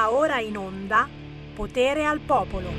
Va ora in onda Potere al Popolo.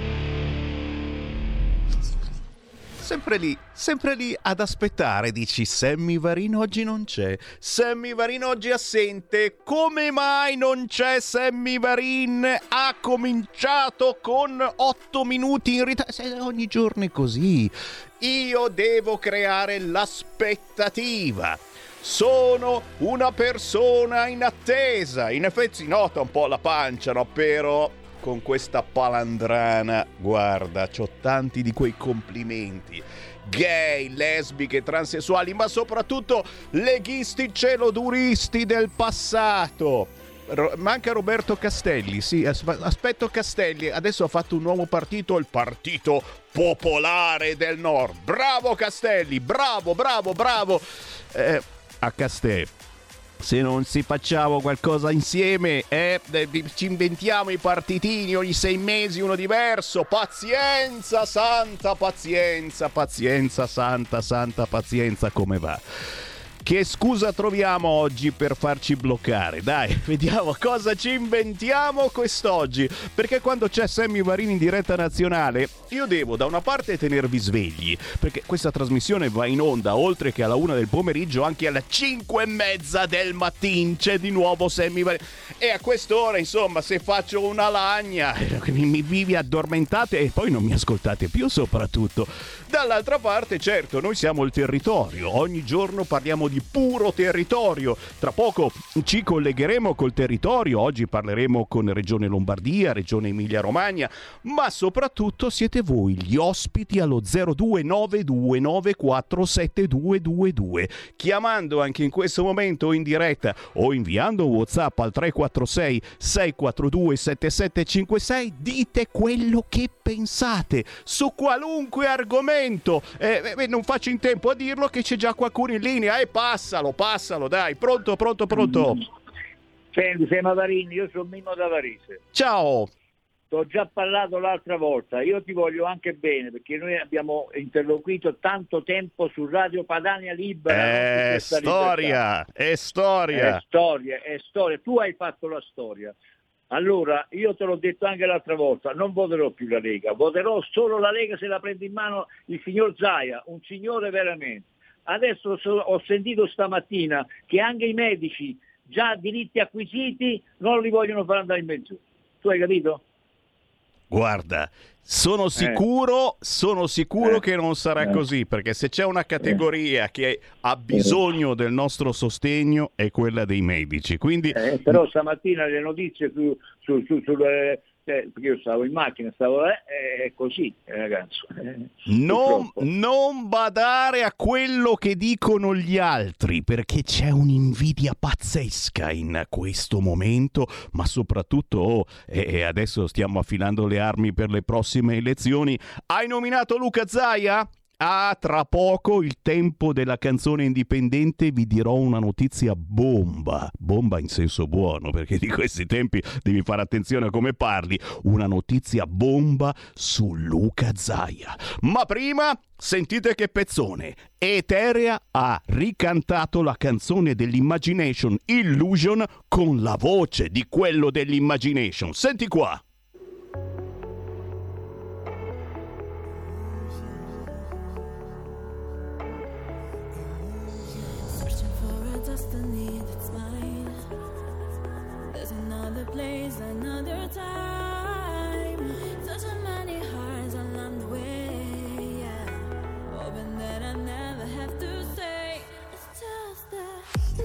Sempre lì ad aspettare, dici Sammy Varin oggi non c'è, Sammy Varin oggi è assente, come mai non c'è Sammy Varin? Ha cominciato con 8 minuti in ritardo, ogni giorno è così, io devo creare l'aspettativa. Sono una persona in attesa, in effetti si nota un po' la pancia, no? Però con questa palandrana, guarda, c'ho tanti di quei complimenti. Gay, lesbiche, transessuali, ma soprattutto leghisti celoduristi del passato. Manca Roberto Castelli, sì, aspetto Castelli, adesso ha fatto un nuovo partito, il Partito Popolare del Nord. Bravo Castelli, bravo. A Castelli, se non si facciamo qualcosa insieme, ci inventiamo i partitini ogni 6 mesi uno diverso. Pazienza santa, pazienza santa, pazienza, come va? Che scusa troviamo oggi per farci bloccare? Dai, vediamo cosa ci inventiamo quest'oggi. Perché quando c'è Sammy Varin in diretta nazionale, io devo da una parte tenervi svegli, perché questa trasmissione va in onda oltre che alla 1 del pomeriggio anche alle 5:30 del mattino. C'è di nuovo Sammy Varin. E a quest'ora, insomma, se faccio una lagna, mi vivi addormentate e poi non mi ascoltate più soprattutto. Dall'altra parte, certo, noi siamo il territorio. Ogni giorno parliamo di puro territorio. Tra poco ci collegheremo col territorio. Oggi parleremo con Regione Lombardia, Regione Emilia Romagna, ma soprattutto siete voi gli ospiti allo 0292947222, chiamando anche in questo momento in diretta o inviando un WhatsApp al 346 642 7756. Dite quello che pensate su qualunque argomento. Non faccio in tempo a dirlo che c'è già qualcuno in linea. Passalo, dai. Pronto. Senti, sei Mavarini, io sono Mimmo da Varese. Ciao. T'ho già parlato l'altra volta, io ti voglio anche bene perché noi abbiamo interloquito tanto tempo su Radio Padania Libera. È storia. Tu hai fatto la storia. Allora, io te l'ho detto anche l'altra volta, non voterò più la Lega, voterò solo la Lega se la prende in mano il signor Zaia, un signore veramente. Adesso ho sentito stamattina che anche i medici già diritti acquisiti non li vogliono far andare in pensione. Tu hai capito? Guarda, sono sicuro che non sarà così, perché se c'è una categoria che ha bisogno del nostro sostegno è quella dei medici. Quindi però stamattina le notizie perché io stavo in macchina, è così, ragazzo. Non badare a quello che dicono gli altri, perché c'è un'invidia pazzesca in questo momento, ma soprattutto adesso stiamo affilando le armi per le prossime elezioni. Hai nominato Luca Zaia? Tra poco, il tempo della canzone indipendente, vi dirò una notizia bomba in senso buono, perché di questi tempi devi fare attenzione a come parli. Una notizia bomba su Luca Zaia. Ma prima, sentite che pezzone. Eterea ha ricantato la canzone dell'Imagination, Illusion, con la voce di quello dell'Imagination. Senti qua. Another time, touching many hearts along the way, yeah. Hoping that I never have to say it's just that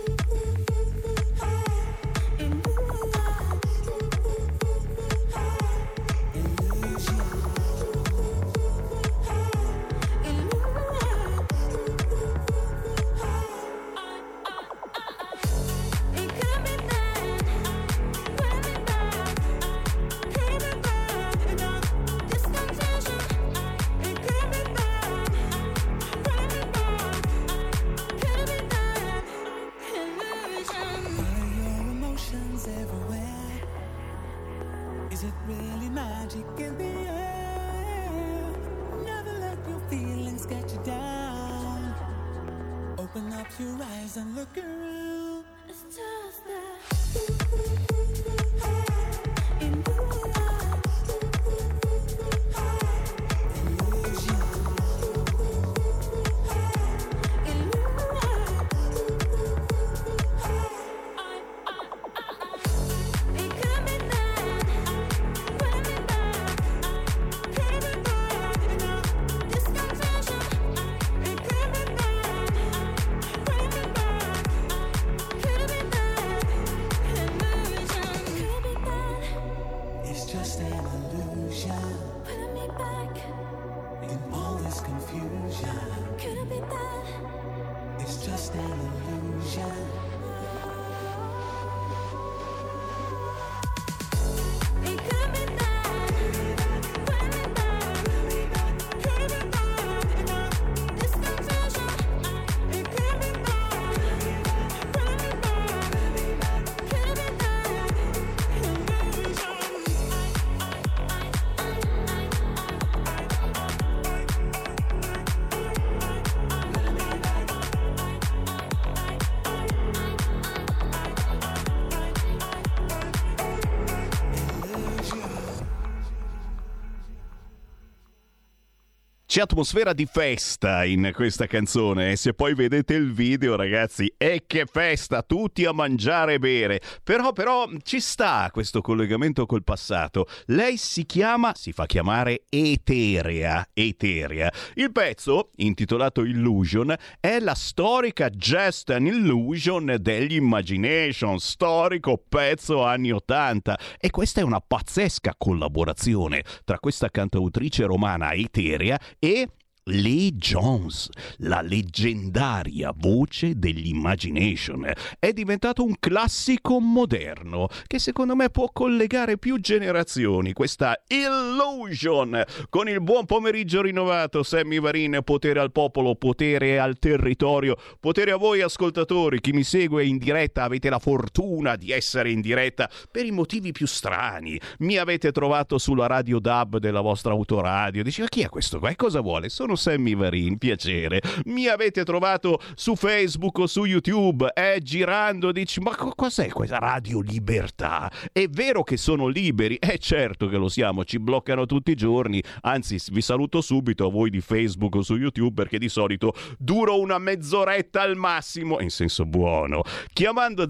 Open up your eyes and look around. It's just that C'è atmosfera di festa in questa canzone e se poi vedete il video, ragazzi, è che festa, tutti a mangiare e bere. Però ci sta questo collegamento col passato. Lei si fa chiamare Eterea. Il pezzo, intitolato Illusion, è la storica Just an Illusion degli Imagination, storico pezzo anni 80. E questa è una pazzesca collaborazione tra questa cantautrice romana Eterea e Lee Jones, la leggendaria voce degli Imagination. È diventato un classico moderno che secondo me può collegare più generazioni. Questa Illusion con il buon pomeriggio rinnovato. Sammy Varin, potere al popolo, potere al territorio, potere a voi ascoltatori. Chi mi segue in diretta, avete la fortuna di essere in diretta per i motivi più strani. Mi avete trovato sulla radio DAB della vostra autoradio. Diceva, chi è questo qua? E cosa vuole? Sono Sammy Varin, piacere. Mi avete trovato su Facebook o su YouTube, girando, dici, ma cos'è questa Radio Libertà? È vero che sono liberi? Certo che lo siamo, ci bloccano tutti i giorni, anzi vi saluto subito a voi di Facebook o su YouTube perché di solito duro una mezz'oretta al massimo, in senso buono. Chiamando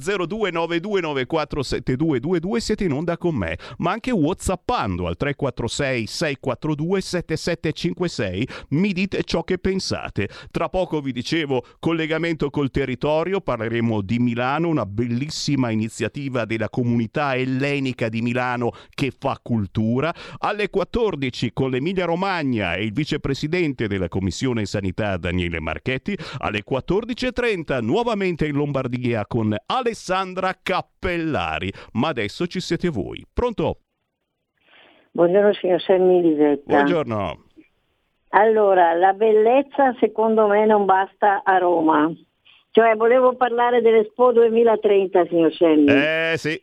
0292947222 siete in onda con me, ma anche whatsappando al 346 642 7756 mi dite ciò che pensate. Tra poco vi dicevo collegamento col territorio, parleremo di Milano, una bellissima iniziativa della comunità ellenica di Milano che fa cultura. Alle 14 con l'Emilia Romagna e il vicepresidente della Commissione Sanità Daniele Marchetti. Alle 14.30 nuovamente in Lombardia con Alessandra Cappellari. Ma adesso ci siete voi. Pronto? Buongiorno signor Sammy Lisetta. Buongiorno. Allora, la bellezza secondo me non basta a Roma. Cioè, volevo parlare dell'Expo 2030, signor Sammy. Sì.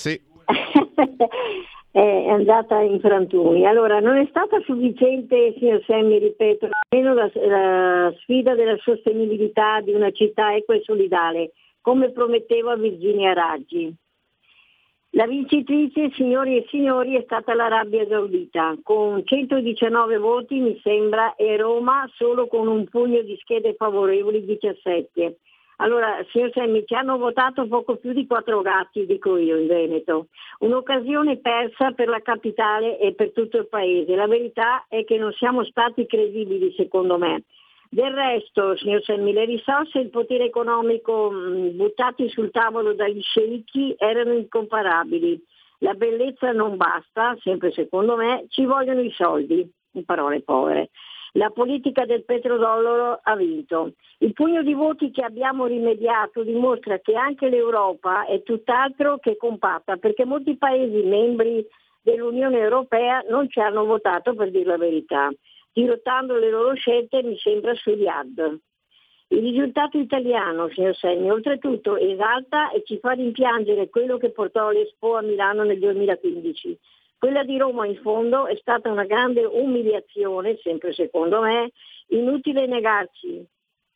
È andata in frantumi. Allora, non è stata sufficiente, signor Sammy, ripeto, nemmeno la sfida della sostenibilità di una città equa e solidale, come prometteva Virginia Raggi. La vincitrice, signori e signori, è stata l'Arabia Saudita, con 119 voti, mi sembra, e Roma solo con un pugno di schede favorevoli, 17. Allora, signor Sammy, ci hanno votato poco più di 4 gatti, dico io, in Veneto. Un'occasione persa per la capitale e per tutto il paese. La verità è che non siamo stati credibili, secondo me. Del resto, signor Sammy, le risorse e il potere economico buttati sul tavolo dagli sceicchi erano incomparabili. La bellezza non basta, sempre secondo me, ci vogliono i soldi, in parole povere. La politica del petrodollaro ha vinto. Il pugno di voti che abbiamo rimediato dimostra che anche l'Europa è tutt'altro che compatta, perché molti Paesi membri dell'Unione Europea non ci hanno votato, per dire la verità. Dirottando le loro scelte mi sembra su Riyadh. Il risultato italiano, signor Sammy, oltretutto esalta e ci fa rimpiangere quello che portò l'Expo a Milano nel 2015. Quella di Roma, in fondo, è stata una grande umiliazione, sempre secondo me, inutile negarci.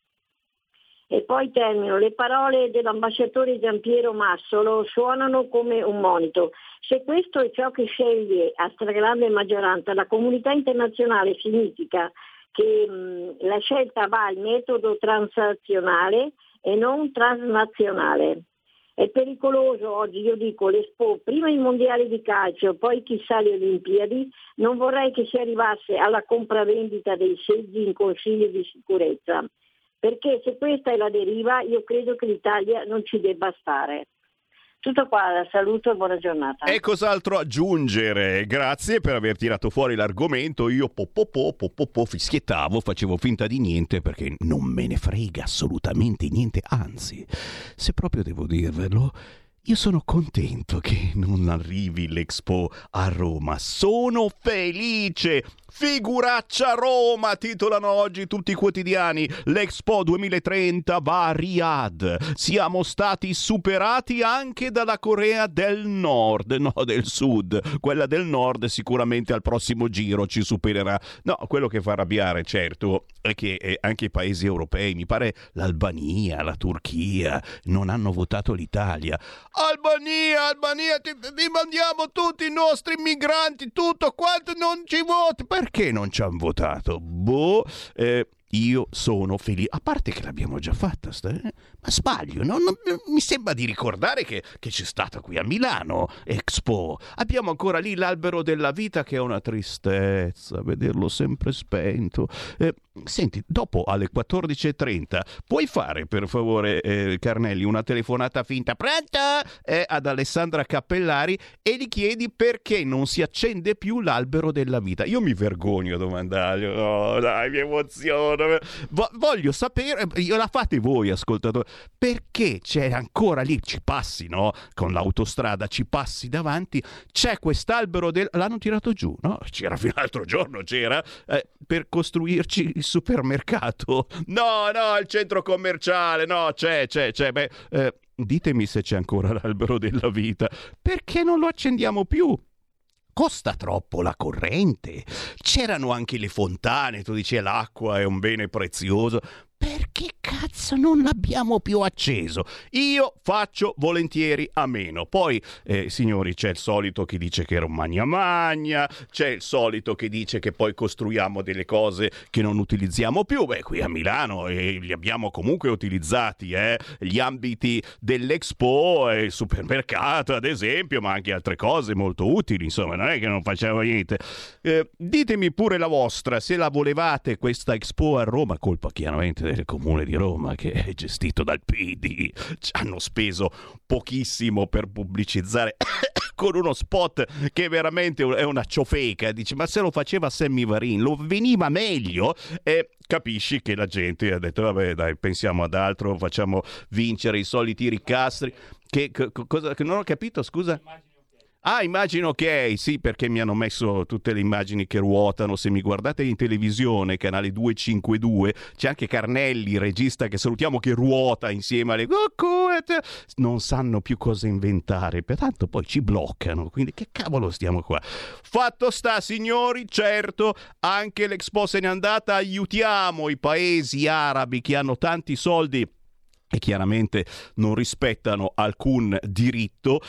E poi termino, le parole dell'ambasciatore Giampiero Massolo suonano come un monito. Se questo è ciò che sceglie a stragrande maggioranza la comunità internazionale, significa che la scelta va al metodo transazionale e non transnazionale. È pericoloso oggi, io dico, l'Expo, prima i mondiali di calcio, poi chissà le Olimpiadi, non vorrei che si arrivasse alla compravendita dei seggi in Consiglio di sicurezza. Perché se questa è la deriva, io credo che l'Italia non ci debba stare. Tutto qua, la saluto e buona giornata. E cos'altro aggiungere? Grazie per aver tirato fuori l'argomento. Io fischiettavo, facevo finta di niente perché non me ne frega assolutamente niente. Anzi, se proprio devo dirvelo, io sono contento che non arrivi l'Expo a Roma. Sono felice. Figuraccia Roma, titolano oggi tutti i quotidiani. L'Expo 2030 va a Riyadh. Siamo stati superati anche dalla Corea del Nord, no del Sud. Quella del Nord sicuramente al prossimo giro ci supererà. No, quello che fa arrabbiare, certo, è che anche i paesi europei, mi pare l'Albania, la Turchia, non hanno votato l'Italia. Albania, ti mandiamo tutti i nostri migranti, tutto quanto, non ci voti. Perché non ci hanno votato? Boh, io sono felice, a parte che l'abbiamo già fatta, ma sbaglio, no? Mi sembra di ricordare che c'è stata qui a Milano Expo. Abbiamo ancora lì l'albero della vita, che è una tristezza vederlo sempre spento. Senti, dopo alle 14:30 puoi fare per favore, Carnelli, una telefonata finta, pronto? Ad Alessandra Cappellari, e gli chiedi perché non si accende più l'albero della vita. Io mi vergogno a domandargli, oh, dai, mi emoziono. Voglio sapere, la fate voi ascoltatori, perché c'è ancora lì, ci passi, no? Con l'autostrada ci passi davanti, c'è quest'albero l'hanno tirato giù, no? C'era fino all'altro giorno, per costruirci il supermercato. No, il centro commerciale, no, c'è. Beh, ditemi se c'è ancora l'albero della vita. Perché non lo accendiamo più? Costa troppo la corrente. C'erano anche le fontane, tu dici l'acqua è un bene prezioso. Perché cazzo non l'abbiamo più acceso? Io faccio volentieri a meno. Poi, signori, c'è il solito che dice che era un magna, c'è il solito che dice che poi costruiamo delle cose che non utilizziamo più. Beh, qui a Milano li abbiamo comunque utilizzati, gli ambiti dell'Expo, il supermercato ad esempio, ma anche altre cose molto utili, insomma, non è che non facciamo niente. Ditemi pure la vostra, se la volevate questa Expo a Roma, colpa chiaramente del Comune di Roma, che è gestito dal PD. Ci hanno speso pochissimo per pubblicizzare con uno spot che veramente è una ciofeca. Dici, ma se lo faceva Sammy Varin lo veniva meglio, e capisci che la gente ha detto vabbè dai, pensiamo ad altro, facciamo vincere i soliti ricastri. Cosa che non ho capito, scusa? Immagino che sì, perché mi hanno messo tutte le immagini che ruotano. Se mi guardate in televisione, canale 252, c'è anche Carnelli, regista, che salutiamo, che ruota insieme alle non sanno più cosa inventare, pertanto poi ci bloccano, quindi che cavolo stiamo qua. Fatto sta, signori, certo, anche l'Expo se n'è andata, aiutiamo i paesi arabi che hanno tanti soldi e chiaramente non rispettano alcun diritto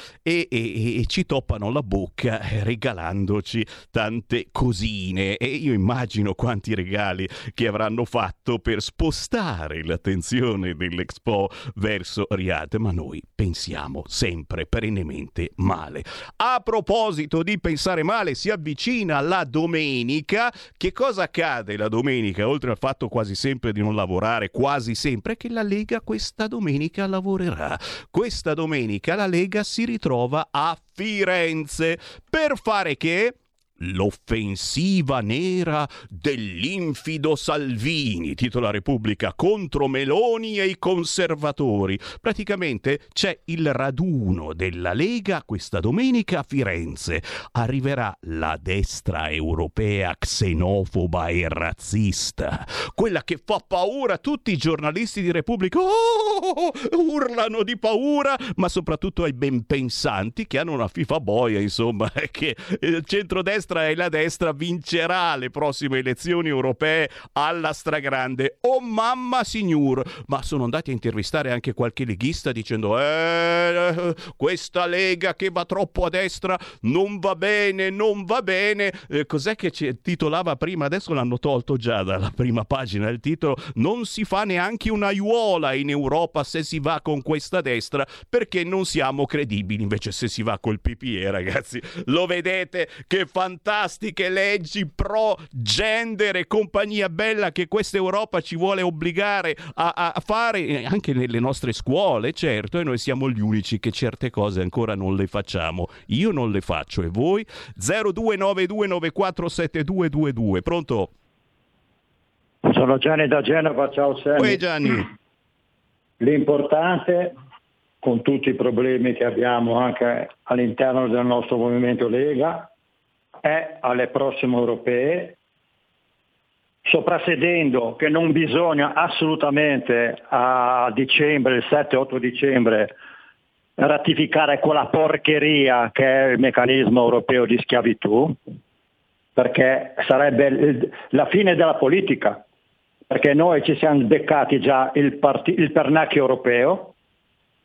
e ci toppano la bocca regalandoci tante cosine, e io immagino quanti regali che avranno fatto per spostare l'attenzione dell'Expo verso Riyadh, ma noi pensiamo sempre perennemente male. A proposito di pensare male, si avvicina la domenica. Che cosa accade la domenica, oltre al fatto quasi sempre di non lavorare, quasi sempre, che la Lega questa domenica lavorerà. Questa domenica la Lega si ritrova a Firenze per fare che? L'offensiva nera dell'infido Salvini, titola Repubblica, contro Meloni e i conservatori. Praticamente c'è il raduno della Lega questa domenica a Firenze. Arriverà la destra europea xenofoba e razzista, quella che fa paura. Tutti i giornalisti di Repubblica urlano di paura, ma soprattutto ai ben pensanti che hanno una FIFA boia, insomma, che il centrodestra e la destra vincerà le prossime elezioni europee alla stragrande. Oh mamma signor! Ma sono andati a intervistare anche qualche leghista dicendo questa Lega che va troppo a destra non va bene. Cos'è che titolava prima? Adesso l'hanno tolto già dalla prima pagina il titolo. Non si fa neanche una aiuola in Europa se si va con questa destra, perché non siamo credibili. Invece se si va col PPE, ragazzi, lo vedete che fantastiche leggi pro gender e compagnia bella che questa Europa ci vuole obbligare a fare anche nelle nostre scuole, certo, e noi siamo gli unici che certe cose ancora non le facciamo. Io non le faccio, e voi? 0292947222. Pronto? Sono Gianni da Genova, ciao Sammy. Uè Gianni. L'importante, con tutti i problemi che abbiamo anche all'interno del nostro movimento Lega, è alle prossime europee, soprassedendo che non bisogna assolutamente a dicembre, il 7-8 dicembre, ratificare quella porcheria che è il meccanismo europeo di schiavitù, perché sarebbe la fine della politica, perché noi ci siamo beccati già il pernacchio europeo,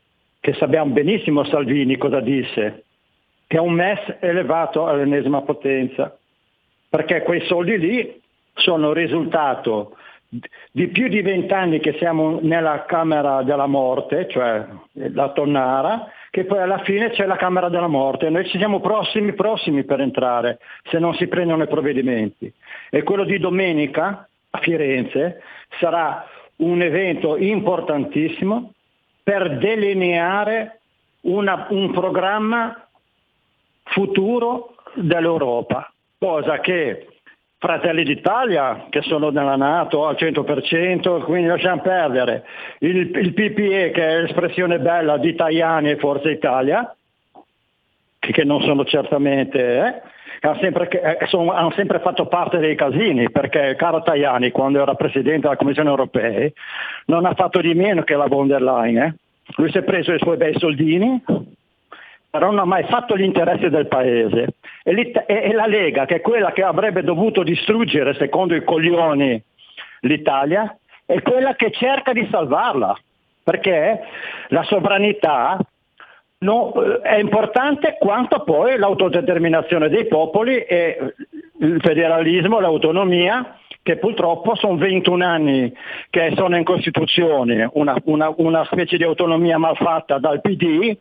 che sappiamo benissimo Salvini cosa disse, che è un MES elevato all'ennesima potenza, perché quei soldi lì sono il risultato di più di 20 anni che siamo nella Camera della Morte, cioè la tonnara, che poi alla fine c'è la Camera della Morte. Noi ci siamo prossimi per entrare, se non si prendono i provvedimenti. E quello di domenica a Firenze sarà un evento importantissimo per delineare un programma futuro dell'Europa, cosa che Fratelli d'Italia, che sono nella NATO al 100%, quindi lasciamo perdere, il PPE, che è l'espressione bella di Tajani e Forza Italia, che non sono certamente, hanno sempre fatto parte dei casini, perché il caro Tajani, quando era Presidente della Commissione Europea, non ha fatto di meno che la von der Leyen. Lui si è preso i suoi bei soldini, però non ha mai fatto gli interessi del paese. E la Lega, che è quella che avrebbe dovuto distruggere, secondo i coglioni, l'Italia, è quella che cerca di salvarla, perché la sovranità è importante quanto poi l'autodeterminazione dei popoli e il federalismo, l'autonomia, che purtroppo sono 21 anni che sono in Costituzione, una specie di autonomia malfatta dal PD,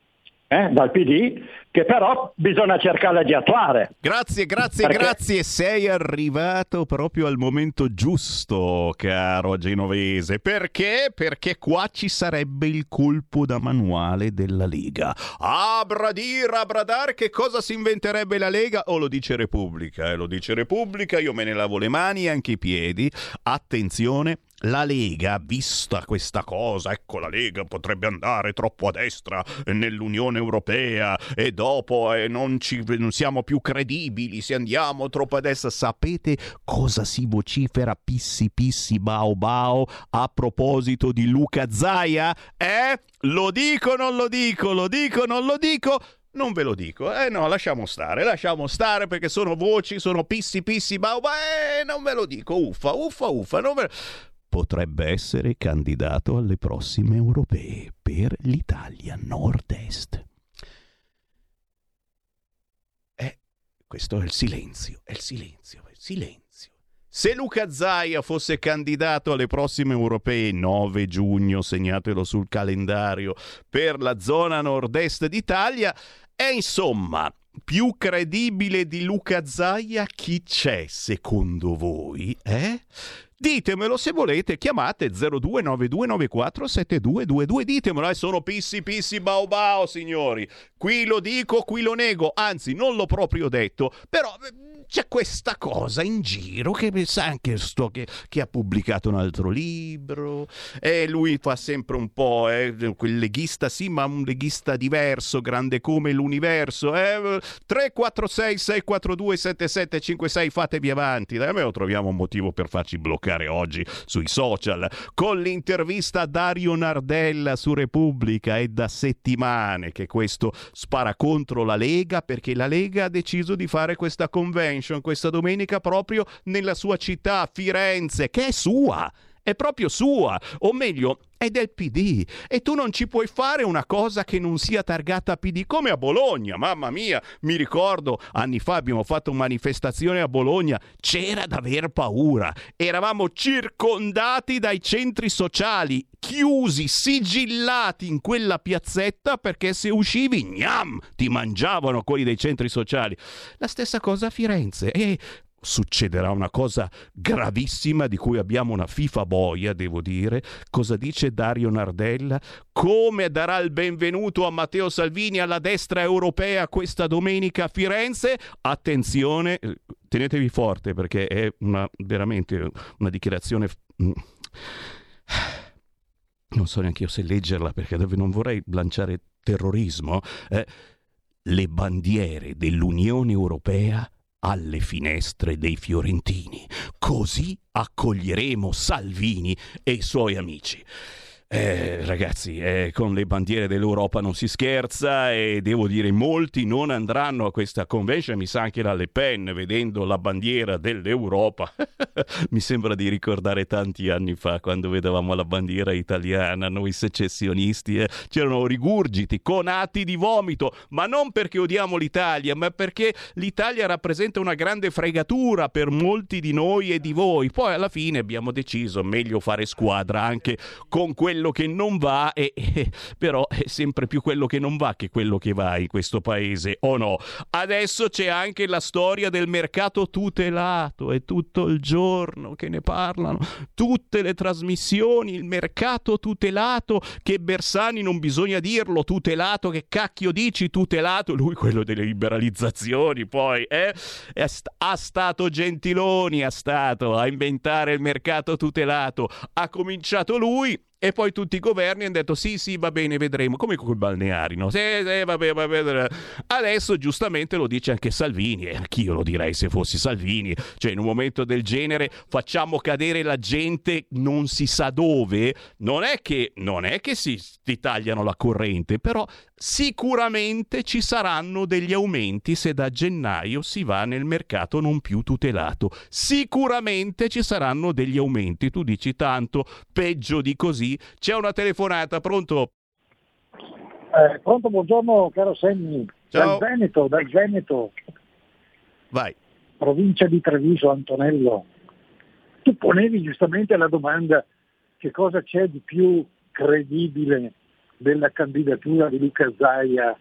che però bisogna cercare di attuare. Grazie, sei arrivato proprio al momento giusto, caro genovese. Perché? Perché qua ci sarebbe il colpo da manuale della Lega. A bradar, che cosa si inventerebbe la Lega? Lo dice Repubblica, lo dice Repubblica, io me ne lavo le mani e anche i piedi. Attenzione, la Lega, vista questa cosa, ecco, la Lega potrebbe andare troppo a destra nell'Unione Europea e dopo non siamo più credibili se andiamo troppo a destra. Sapete cosa si vocifera pissi bao bao a proposito di Luca Zaia? Lo dico, non lo dico, lo dico, non lo dico? Non ve lo dico, no, lasciamo stare perché sono voci, sono pissi bao bao, non ve lo dico, uffa, non ve... Potrebbe essere candidato alle prossime europee per l'Italia Nord-Est. Questo è il silenzio. Se Luca Zaia fosse candidato alle prossime europee 9 giugno, segnatelo sul calendario, per la zona nord-est d'Italia, insomma, più credibile di Luca Zaia chi c'è secondo voi? Ditemelo se volete, chiamate 0292947222, ditemelo, sono pissi bao bao, signori, qui lo dico, qui lo nego, anzi non l'ho proprio detto, però c'è questa cosa in giro che sa anche che ha pubblicato un altro libro e lui fa sempre un po' quel leghista, sì, ma un leghista diverso, grande come l'universo. 346 642 7756, fatevi avanti, da me lo troviamo un motivo per farci bloccare oggi sui social con l'intervista a Dario Nardella su Repubblica. È da settimane che questo spara contro la Lega, perché la Lega ha deciso di fare questa convention questa domenica proprio nella sua città, Firenze, che è sua, è proprio sua, o meglio è del PD, e tu non ci puoi fare una cosa che non sia targata PD, come a Bologna. Mamma mia, mi ricordo anni fa abbiamo fatto una manifestazione a Bologna, c'era da aver paura, eravamo circondati dai centri sociali, chiusi, sigillati in quella piazzetta, perché se uscivi, gnam, ti mangiavano quelli dei centri sociali. La stessa cosa a Firenze, e succederà una cosa gravissima di cui abbiamo una fifa boia, devo dire. Cosa dice Dario Nardella? Come darà il benvenuto a Matteo Salvini alla destra europea questa domenica a Firenze? Attenzione, tenetevi forte, perché è veramente una dichiarazione... Non so neanche io se leggerla, perché non vorrei lanciare terrorismo. Le bandiere dell'Unione Europea alle finestre dei fiorentini. Così accoglieremo Salvini e i suoi amici. Ragazzi, con le bandiere dell'Europa non si scherza e devo dire molti non andranno a questa convention, mi sa anche la Le Pen vedendo la bandiera dell'Europa. Mi sembra di ricordare tanti anni fa quando vedevamo la bandiera italiana, noi secessionisti, c'erano rigurgiti con atti di vomito, ma non perché odiamo l'Italia, ma perché l'Italia rappresenta una grande fregatura per molti di noi e di voi. Poi alla fine abbiamo deciso meglio fare squadra anche con quello che non va, però è sempre più quello che non va che quello che va in questo paese, o no? Adesso c'è anche la storia del mercato tutelato, è tutto il giorno che ne parlano, tutte le trasmissioni, il mercato tutelato, che Bersani non bisogna dirlo, tutelato, che cacchio dici tutelato? Lui quello delle liberalizzazioni, poi ha stato Gentiloni, a inventare il mercato tutelato, ha cominciato lui. E poi tutti i governi hanno detto sì, va bene, vedremo, come con i balneari, no? Sì, vabbè. Adesso giustamente lo dice anche Salvini, e anch'io lo direi se fossi Salvini, cioè in un momento del genere facciamo cadere la gente non si sa dove, non è che ti tagliano la corrente, però sicuramente ci saranno degli aumenti se da gennaio si va nel mercato non più tutelato, sicuramente ci saranno degli aumenti, tu dici tanto, peggio di così. C'è una telefonata, pronto? Pronto, buongiorno caro Sammy. Ciao. Dal Veneto. Vai. Provincia di Treviso, Antonello. Tu ponevi giustamente la domanda: che cosa c'è di più credibile della candidatura di Luca Zaia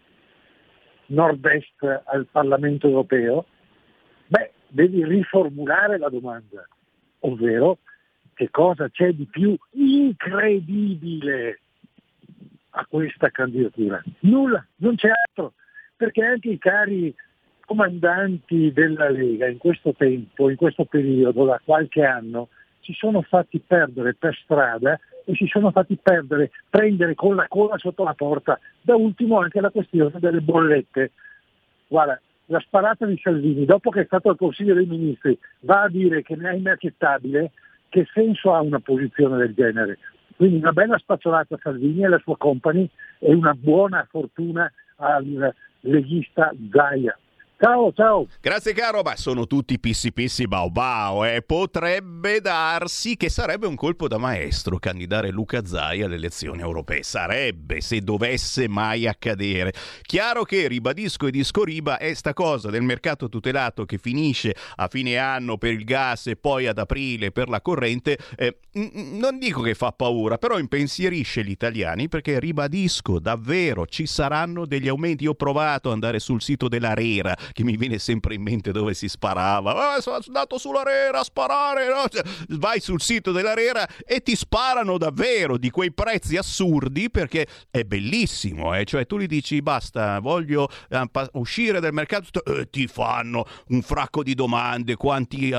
nord-est al Parlamento europeo? Beh, devi riformulare la domanda, ovvero che cosa c'è di più incredibile a questa candidatura? Nulla, non c'è altro, perché anche i cari comandanti della Lega in questo tempo, in questo periodo, da qualche anno, si sono fatti perdere per strada e si sono fatti prendere con la cola sotto la porta. Da ultimo anche la questione delle bollette. Guarda, la sparata di Salvini, dopo che è stato al Consiglio dei Ministri, va a dire che è inaccettabile. Che senso ha una posizione del genere? Quindi una bella spazzolata a Salvini e alla sua company e una buona fortuna al leghista Zaia. Ciao. Grazie caro, ma sono tutti pissi bau. Potrebbe darsi che sarebbe un colpo da maestro candidare Luca Zaia alle elezioni europee. Sarebbe, se dovesse mai accadere. Chiaro che, ribadisco e disco riba, è sta cosa del mercato tutelato che finisce a fine anno per il gas e poi ad aprile per la corrente, non dico che fa paura, però impensierisce gli italiani, perché ribadisco, davvero ci saranno degli aumenti. Io ho provato ad andare sul sito dell'ARERA, che mi viene sempre in mente dove si sparava. Sono andato sull'ARERA a sparare, no? Vai sul sito dell'ARERA e ti sparano davvero di quei prezzi assurdi, perché è bellissimo, cioè tu gli dici basta, voglio uscire dal mercato, ti fanno un fracco di domande, quanti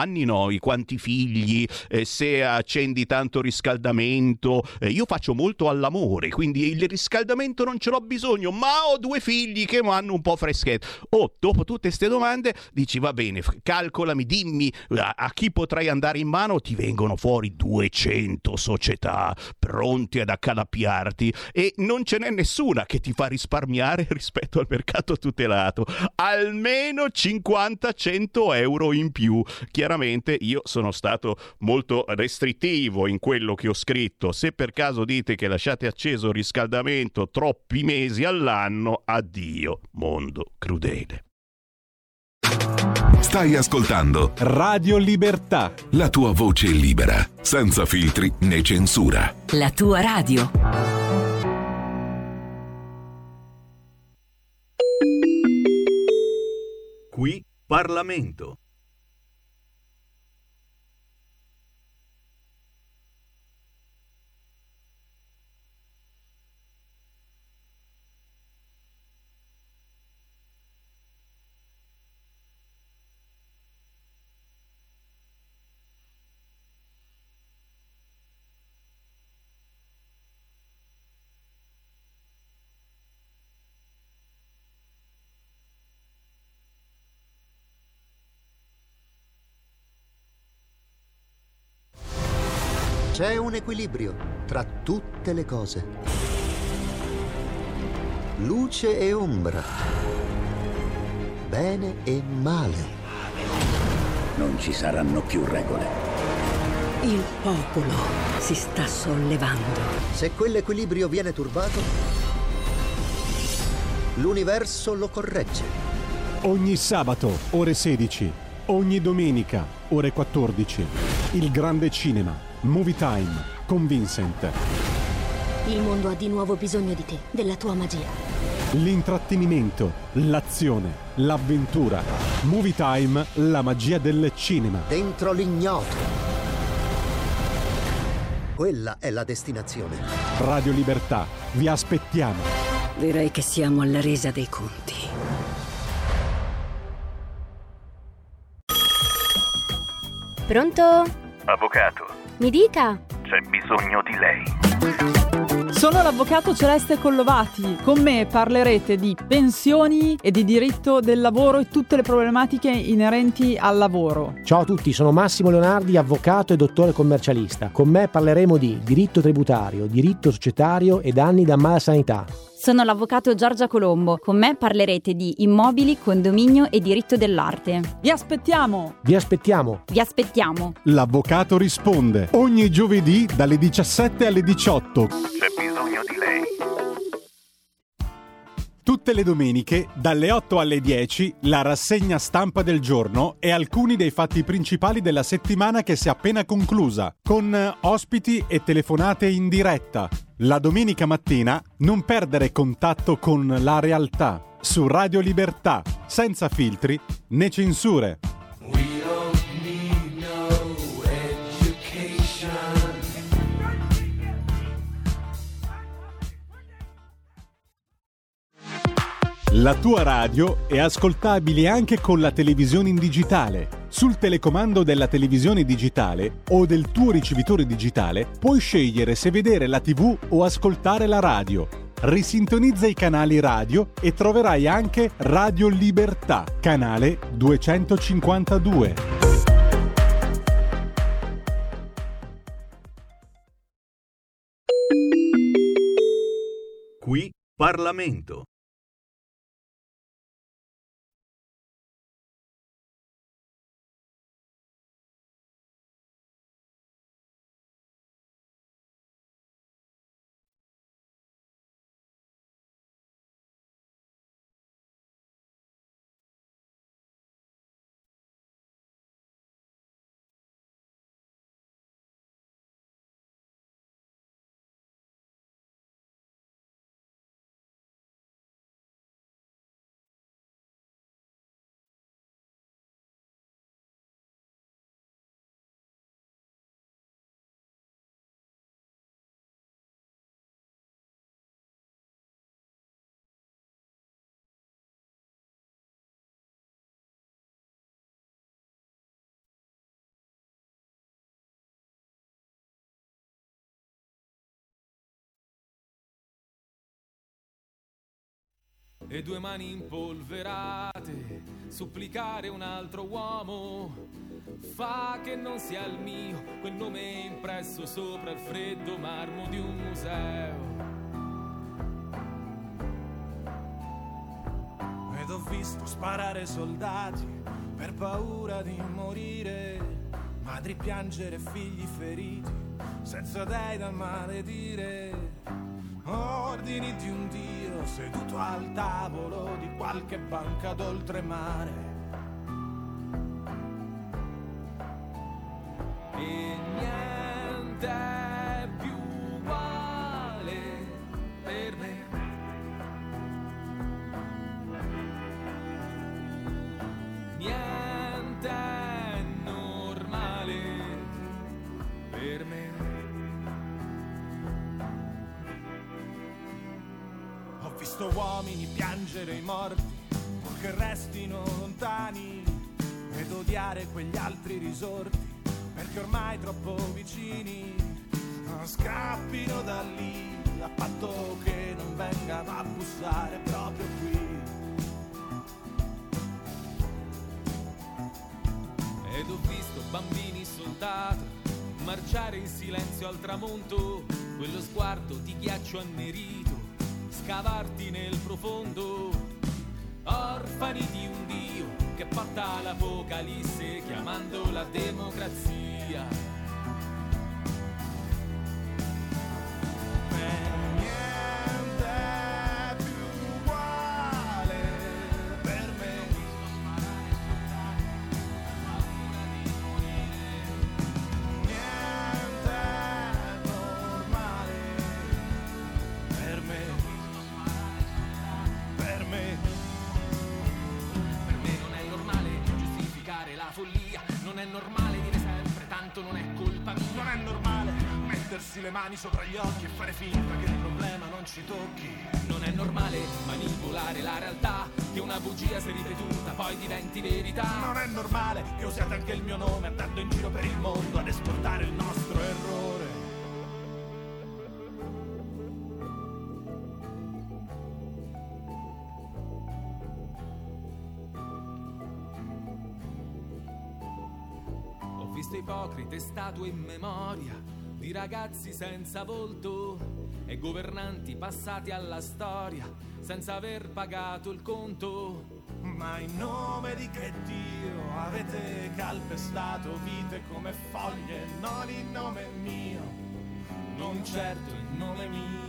figli, se accendi tanto riscaldamento, io faccio molto all'amore, quindi il riscaldamento non ce l'ho bisogno, ma ho 2 figli che mi hanno un po' freschetto. Dopo tutte queste domande dici va bene, calcolami, dimmi a chi potrei andare in mano, ti vengono fuori 200 società pronti ad accalappiarti e non ce n'è nessuna che ti fa risparmiare rispetto al mercato tutelato, almeno 50-100 euro in più. Chiaramente io sono stato molto restrittivo in quello che ho scritto. Se per caso dite che lasciate acceso il riscaldamento troppi mesi all'anno, addio mondo crudele. Stai ascoltando Radio Libertà, la tua voce libera, senza filtri né censura. La tua radio. Qui Parlamento. C'è un equilibrio tra tutte le cose. Luce e ombra. Bene e male. Non ci saranno più regole. Il popolo si sta sollevando. Se quell'equilibrio viene turbato, l'universo lo corregge. Ogni sabato, ore 16. Ogni domenica, ore 14. Il grande cinema. Movie Time con Vincent. Il mondo ha di nuovo bisogno di te, della tua magia. L'intrattenimento, l'azione, l'avventura. Movie Time, la magia del cinema. Dentro l'ignoto. Quella è la destinazione. Radio Libertà, vi aspettiamo. Direi che siamo alla resa dei conti. Pronto? Avvocato, Mi dica. c'è bisogno di lei. Sono l'avvocato Celeste Collovati. Con me parlerete di pensioni e di diritto del lavoro e tutte le problematiche inerenti al lavoro. Ciao a tutti, sono Massimo Leonardi, avvocato e dottore commercialista. Con me parleremo di diritto tributario, diritto societario e danni da malasanità. Sono l'avvocato Giorgia Colombo. Con me parlerete di immobili, condominio e diritto dell'arte. Vi aspettiamo! Vi aspettiamo! Vi aspettiamo! L'avvocato risponde ogni giovedì dalle 17 alle 18. C'è bisogno di lei. Tutte le domeniche, dalle 8 alle 10, la rassegna stampa del giorno e alcuni dei fatti principali della settimana che si è appena conclusa, con ospiti e telefonate in diretta. La domenica mattina non perdere contatto con la realtà su Radio Libertà, senza filtri né censure. La tua radio è ascoltabile anche con la televisione in digitale. Sul telecomando della televisione digitale o del tuo ricevitore digitale puoi scegliere se vedere la TV o ascoltare la radio. Risintonizza i canali radio e troverai anche Radio Libertà, canale 252. Qui Parlamento. E due mani impolverate, supplicare un altro uomo, fa che non sia il mio, quel nome impresso sopra il freddo marmo di un museo. Ed ho visto sparare soldati per paura di morire, madri piangere, figli feriti, senza dei da maledire. Ordini di un dio seduto al tavolo di qualche banca d'oltremare. E niente è più uguale per me. Niente è normale per me. Ho visto uomini piangere i morti purché restino lontani ed odiare quegli altri risorti perché ormai troppo vicini. Scappino da lì a patto che non vengano a bussare proprio qui. Ed ho visto bambini soldato marciare in silenzio al tramonto quello sguardo di ghiaccio annerito, scavarti nel profondo, orfani di un Dio che porta l'apocalisse chiamando la democrazia. Non è normale dire sempre tanto non è colpa mia. Non è normale mettersi le mani sopra gli occhi e fare finta che il problema non ci tocchi. Non è normale manipolare la realtà, che una bugia se ripetuta poi diventi verità. Non è normale che usiate anche il mio nome andando in giro per il mondo ad esportare il nostro errore. Ho visto ipocrite statue in memoria di ragazzi senza volto e governanti passati alla storia senza aver pagato il conto. Ma in nome di che Dio avete calpestato vite come foglie, non in nome mio, non certo in nome mio.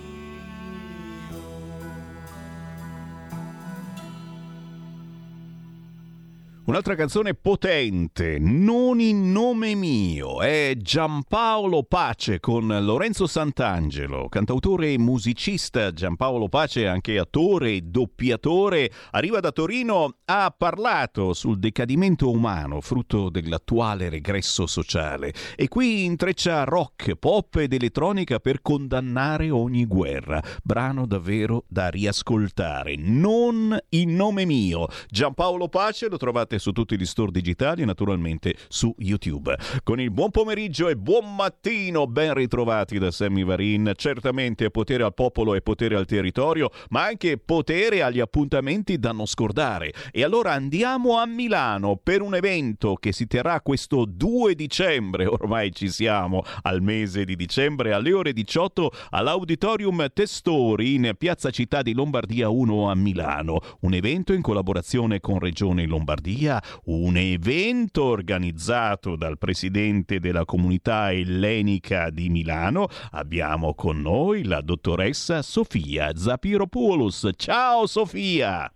Un'altra canzone potente, non in nome mio, è Giampaolo Pace con Lorenzo Sant'Angelo, cantautore e musicista. Giampaolo Pace, anche attore e doppiatore, arriva da Torino, ha parlato sul decadimento umano, frutto dell'attuale regresso sociale, e qui intreccia rock, pop ed elettronica per condannare ogni guerra. Brano davvero da riascoltare, non in nome mio. Giampaolo Pace lo trovate su tutti gli store digitali e naturalmente su YouTube. Con il buon pomeriggio e buon mattino, ben ritrovati da Sammy Varin. Certamente potere al popolo e potere al territorio, ma anche potere agli appuntamenti da non scordare. E allora andiamo a Milano per un evento che si terrà questo 2 dicembre, ormai ci siamo al mese di dicembre, alle ore 18 all'Auditorium Testori in Piazza Città di Lombardia 1 a Milano. Un evento in collaborazione con Regione Lombardia, un evento organizzato dal presidente della comunità ellenica di Milano. Abbiamo con noi la dottoressa Sofia Zapiropoulos. Ciao Sofia!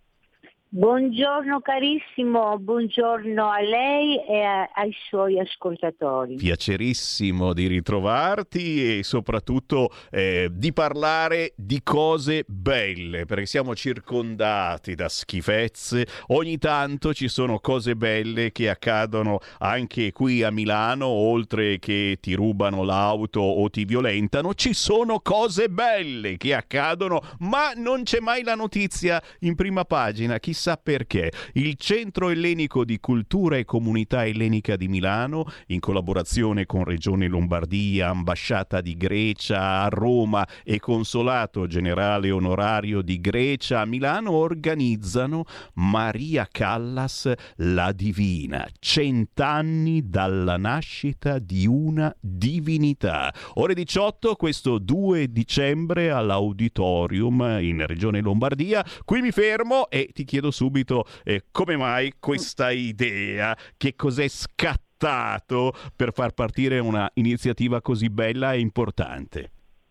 Buongiorno carissimo, buongiorno a lei e ai suoi ascoltatori. Piacerissimo di ritrovarti e soprattutto di parlare di cose belle, perché siamo circondati da schifezze. Ogni tanto ci sono cose belle che accadono anche qui a Milano, oltre che ti rubano l'auto o ti violentano, ci sono cose belle che accadono, ma non c'è mai la notizia in prima pagina. Chissà perché. Il Centro Ellenico di Cultura e Comunità Ellenica di Milano, in collaborazione con Regione Lombardia, Ambasciata di Grecia a Roma e Consolato Generale Onorario di Grecia a Milano, organizzano Maria Callas la Divina, 100 anni dalla nascita di una divinità. Ore 18, questo 2 dicembre all'Auditorium in Regione Lombardia. Qui mi fermo e ti chiedo subito come mai questa idea, che cos'è scattato per far partire una iniziativa così bella e importante.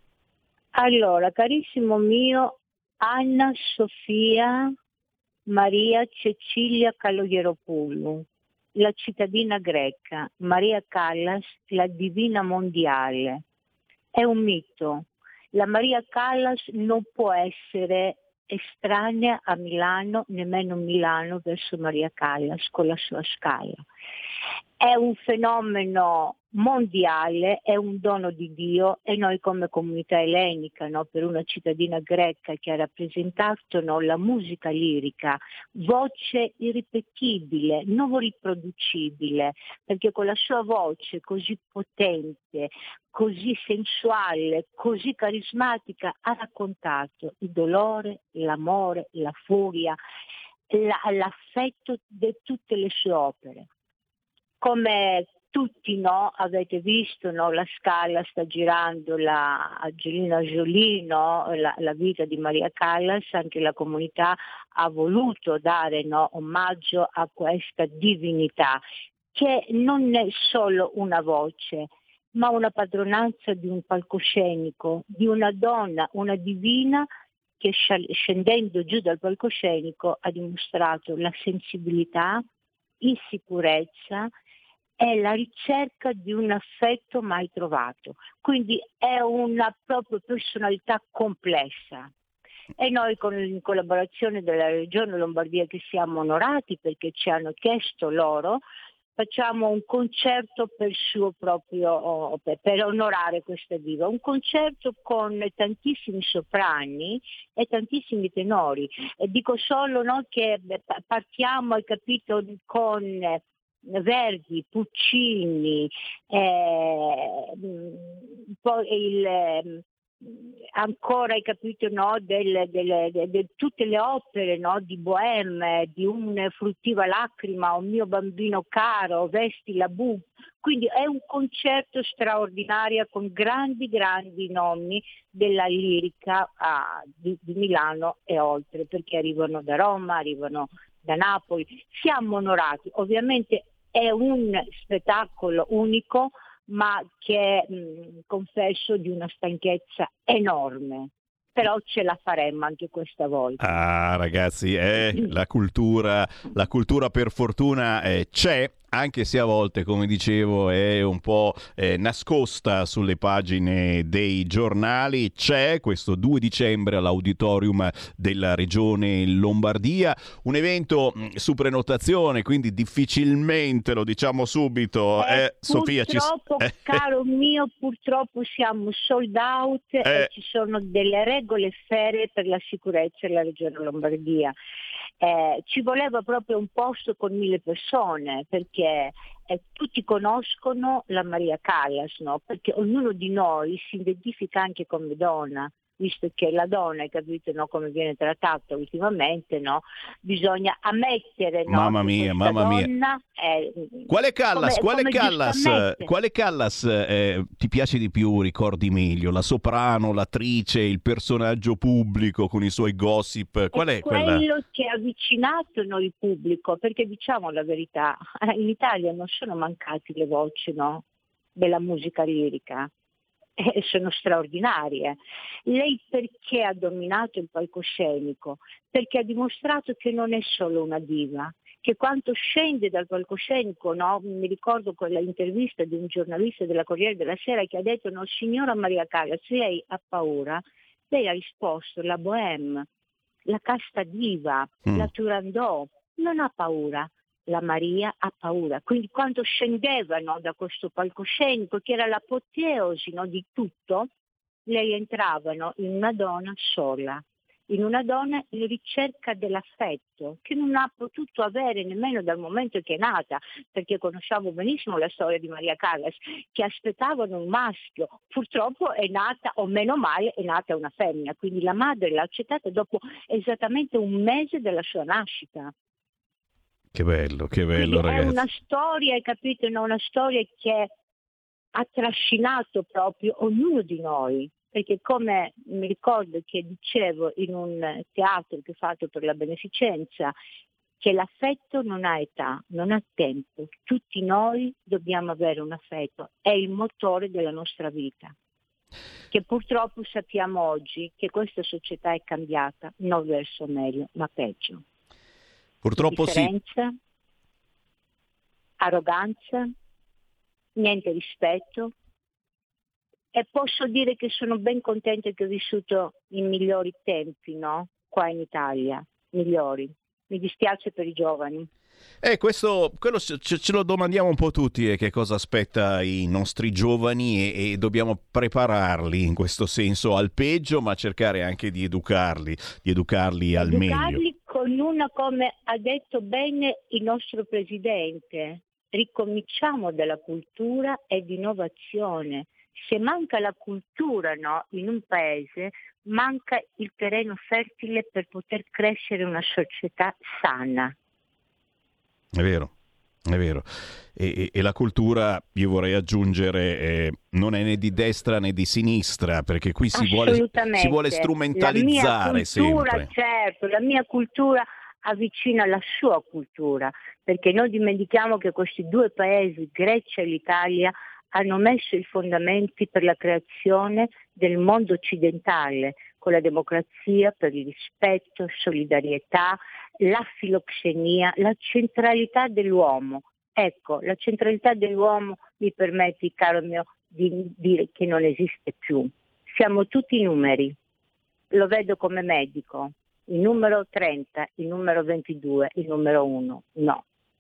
Allora, carissimo mio, Anna Sofia Maria Cecilia Kalogeropoulou, la cittadina greca, Maria Callas, la divina mondiale. È un mito. La Maria Callas non può essere estranea a Milano, nemmeno Milano verso Maria Callas con la sua scala. È un fenomeno mondiale, è un dono di Dio, e noi come comunità ellenica, no, per una cittadina greca che ha rappresentato, no, la musica lirica, voce irripetibile, non riproducibile, perché con la sua voce così potente, così sensuale, così carismatica ha raccontato il dolore, l'amore, la furia, l'affetto di tutte le sue opere. Come tutti avete visto, la Scala sta girando la Angelina Jolie, la vita di Maria Callas, anche la comunità ha voluto dare omaggio a questa divinità, che non è solo una voce, ma una padronanza di un palcoscenico, di una donna, una divina che scendendo giù dal palcoscenico ha dimostrato la sensibilità in sicurezza e la ricerca di un affetto mai trovato. Quindi è una propria personalità complessa. E noi in collaborazione della Regione Lombardia, che siamo onorati perché ci hanno chiesto loro, facciamo un concerto per onorare questa diva, un concerto con tantissimi soprani e tantissimi tenori. E dico solo che partiamo, hai capito, con Verdi, Puccini, poi ancora hai capito tutte le opere di Bohème, di Un fruttiva lacrima, Un mio bambino caro, Vesti la Bu. Quindi è un concerto straordinario con grandi nomi della lirica di Milano e oltre, perché arrivano da Roma, arrivano da Napoli. Siamo onorati, ovviamente è un spettacolo unico, ma che confesso di una stanchezza enorme. Però ce la faremmo anche questa volta. Ah, ragazzi, la cultura per fortuna c'è, anche se a volte, come dicevo, è un po' nascosta sulle pagine dei giornali. C'è questo 2 dicembre all'Auditorium della Regione Lombardia, un evento su prenotazione, quindi difficilmente, lo diciamo subito, Sofia, caro mio, purtroppo siamo sold out e ci sono delle regole ferree per la sicurezza della Regione Lombardia. Ci voleva proprio un posto con 1000 persone, perché tutti conoscono la Maria Callas, perché ognuno di noi si identifica anche come donna, visto che la donna, hai capito come viene trattata ultimamente, bisogna ammettere mamma mia. Donna quale Callas ti piace di più, ricordi meglio? La soprano, l'attrice, il personaggio pubblico con i suoi gossip? Qual è quella? Quello che ha avvicinato noi pubblico, perché diciamo la verità, in Italia non sono mancati le voci della musica lirica. Sono straordinarie. Lei perché ha dominato il palcoscenico? Perché ha dimostrato che non è solo una diva, che quando scende dal palcoscenico, mi ricordo quella intervista di un giornalista della Corriere della Sera che ha detto: signora Maria Callas, lei ha paura? Lei ha risposto: la Bohème, la casta diva, la Turandot, non ha paura. La Maria ha paura. Quindi quando scendevano da questo palcoscenico, che era l'apoteosi di tutto, lei entrava in una donna sola, in una donna in ricerca dell'affetto, che non ha potuto avere nemmeno dal momento che è nata, perché conosciamo benissimo la storia di Maria Callas, che aspettavano un maschio. Purtroppo è nata, o meno male, è nata una femmina, quindi la madre l'ha accettata dopo esattamente un mese dalla sua nascita. Che bello, Quindi ragazzi. È una storia, hai capito? Una storia che ha trascinato proprio ognuno di noi, perché come mi ricordo che dicevo in un teatro che ho fatto per la beneficenza, che l'affetto non ha età, non ha tempo, tutti noi dobbiamo avere un affetto, è il motore della nostra vita, che purtroppo sappiamo oggi che questa società è cambiata, non verso meglio, ma peggio. Purtroppo Differenza, arroganza, niente rispetto, e posso dire che sono ben contenta che ho vissuto i migliori tempi, qua in Italia, migliori. Mi dispiace per i giovani. Quello ce lo domandiamo un po' tutti, che cosa aspetta i nostri giovani, e dobbiamo prepararli in questo senso al peggio, ma cercare anche di educarli al meglio. Con una, come ha detto bene il nostro presidente, ricominciamo dalla cultura e di innovazione. Se manca la cultura in un paese, manca il terreno fertile per poter crescere una società sana. È vero. È vero. E la cultura, io vorrei aggiungere, non è né di destra né di sinistra, perché qui si vuole strumentalizzare sempre. Certo, la mia cultura avvicina la sua cultura, perché non dimentichiamo che questi due paesi, Grecia e l'Italia, hanno messo i fondamenti per la creazione del mondo occidentale, con la democrazia, per il rispetto, solidarietà, la filoxenia, la centralità dell'uomo. Ecco, la centralità dell'uomo mi permetti, caro mio, di dire che non esiste più. Siamo tutti numeri. Lo vedo come medico. Il numero 30, il numero 22, il numero 1. No.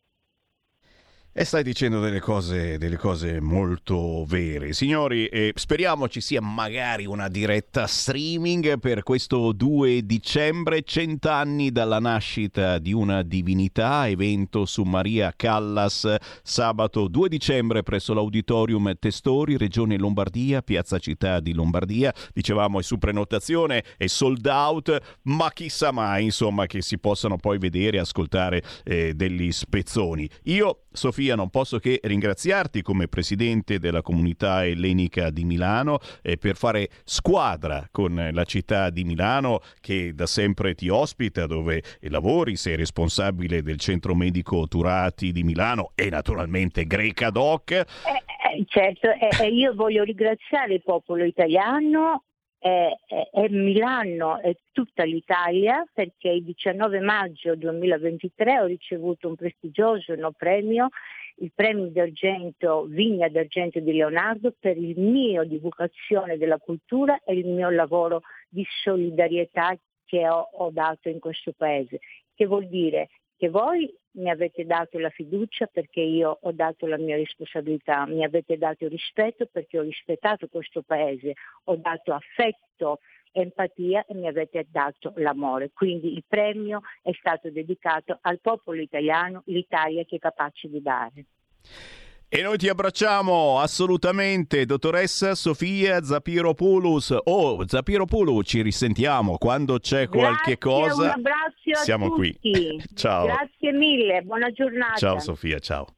E stai dicendo delle cose molto vere. Signori, speriamo ci sia magari una diretta streaming per questo 2 dicembre, 100 anni dalla nascita di una divinità, evento su Maria Callas, sabato 2 dicembre presso l'Auditorium Testori, Regione Lombardia, Piazza Città di Lombardia. Dicevamo è su prenotazione, è sold out, ma chissà mai, insomma, che si possano poi vedere e ascoltare degli spezzoni. Io, Sofia, non posso che ringraziarti come presidente della comunità ellenica di Milano per fare squadra con la città di Milano, che da sempre ti ospita, dove lavori, sei responsabile del centro medico Turati di Milano e naturalmente Greca Doc. Certo, io voglio ringraziare il popolo italiano e Milano e tutta l'Italia, perché il 19 maggio 2023 ho ricevuto un prestigioso premio, il premio d'argento, Vigna d'Argento di Leonardo, per il mio divulgazione della cultura e il mio lavoro di solidarietà che ho dato in questo paese. Che vuol dire che voi mi avete dato la fiducia perché io ho dato la mia responsabilità, mi avete dato il rispetto perché ho rispettato questo paese, ho dato affetto, empatia e mi avete dato l'amore. Quindi il premio è stato dedicato al popolo italiano, l'Italia che è capace di dare. E noi ti abbracciamo assolutamente, dottoressa Sofia Zafiropoulos. Zafiropoulou, ci risentiamo quando c'è qualche cosa. Un abbraccio siamo a tutti. Qui. Ciao. Grazie mille, buona giornata. Ciao Sofia, ciao.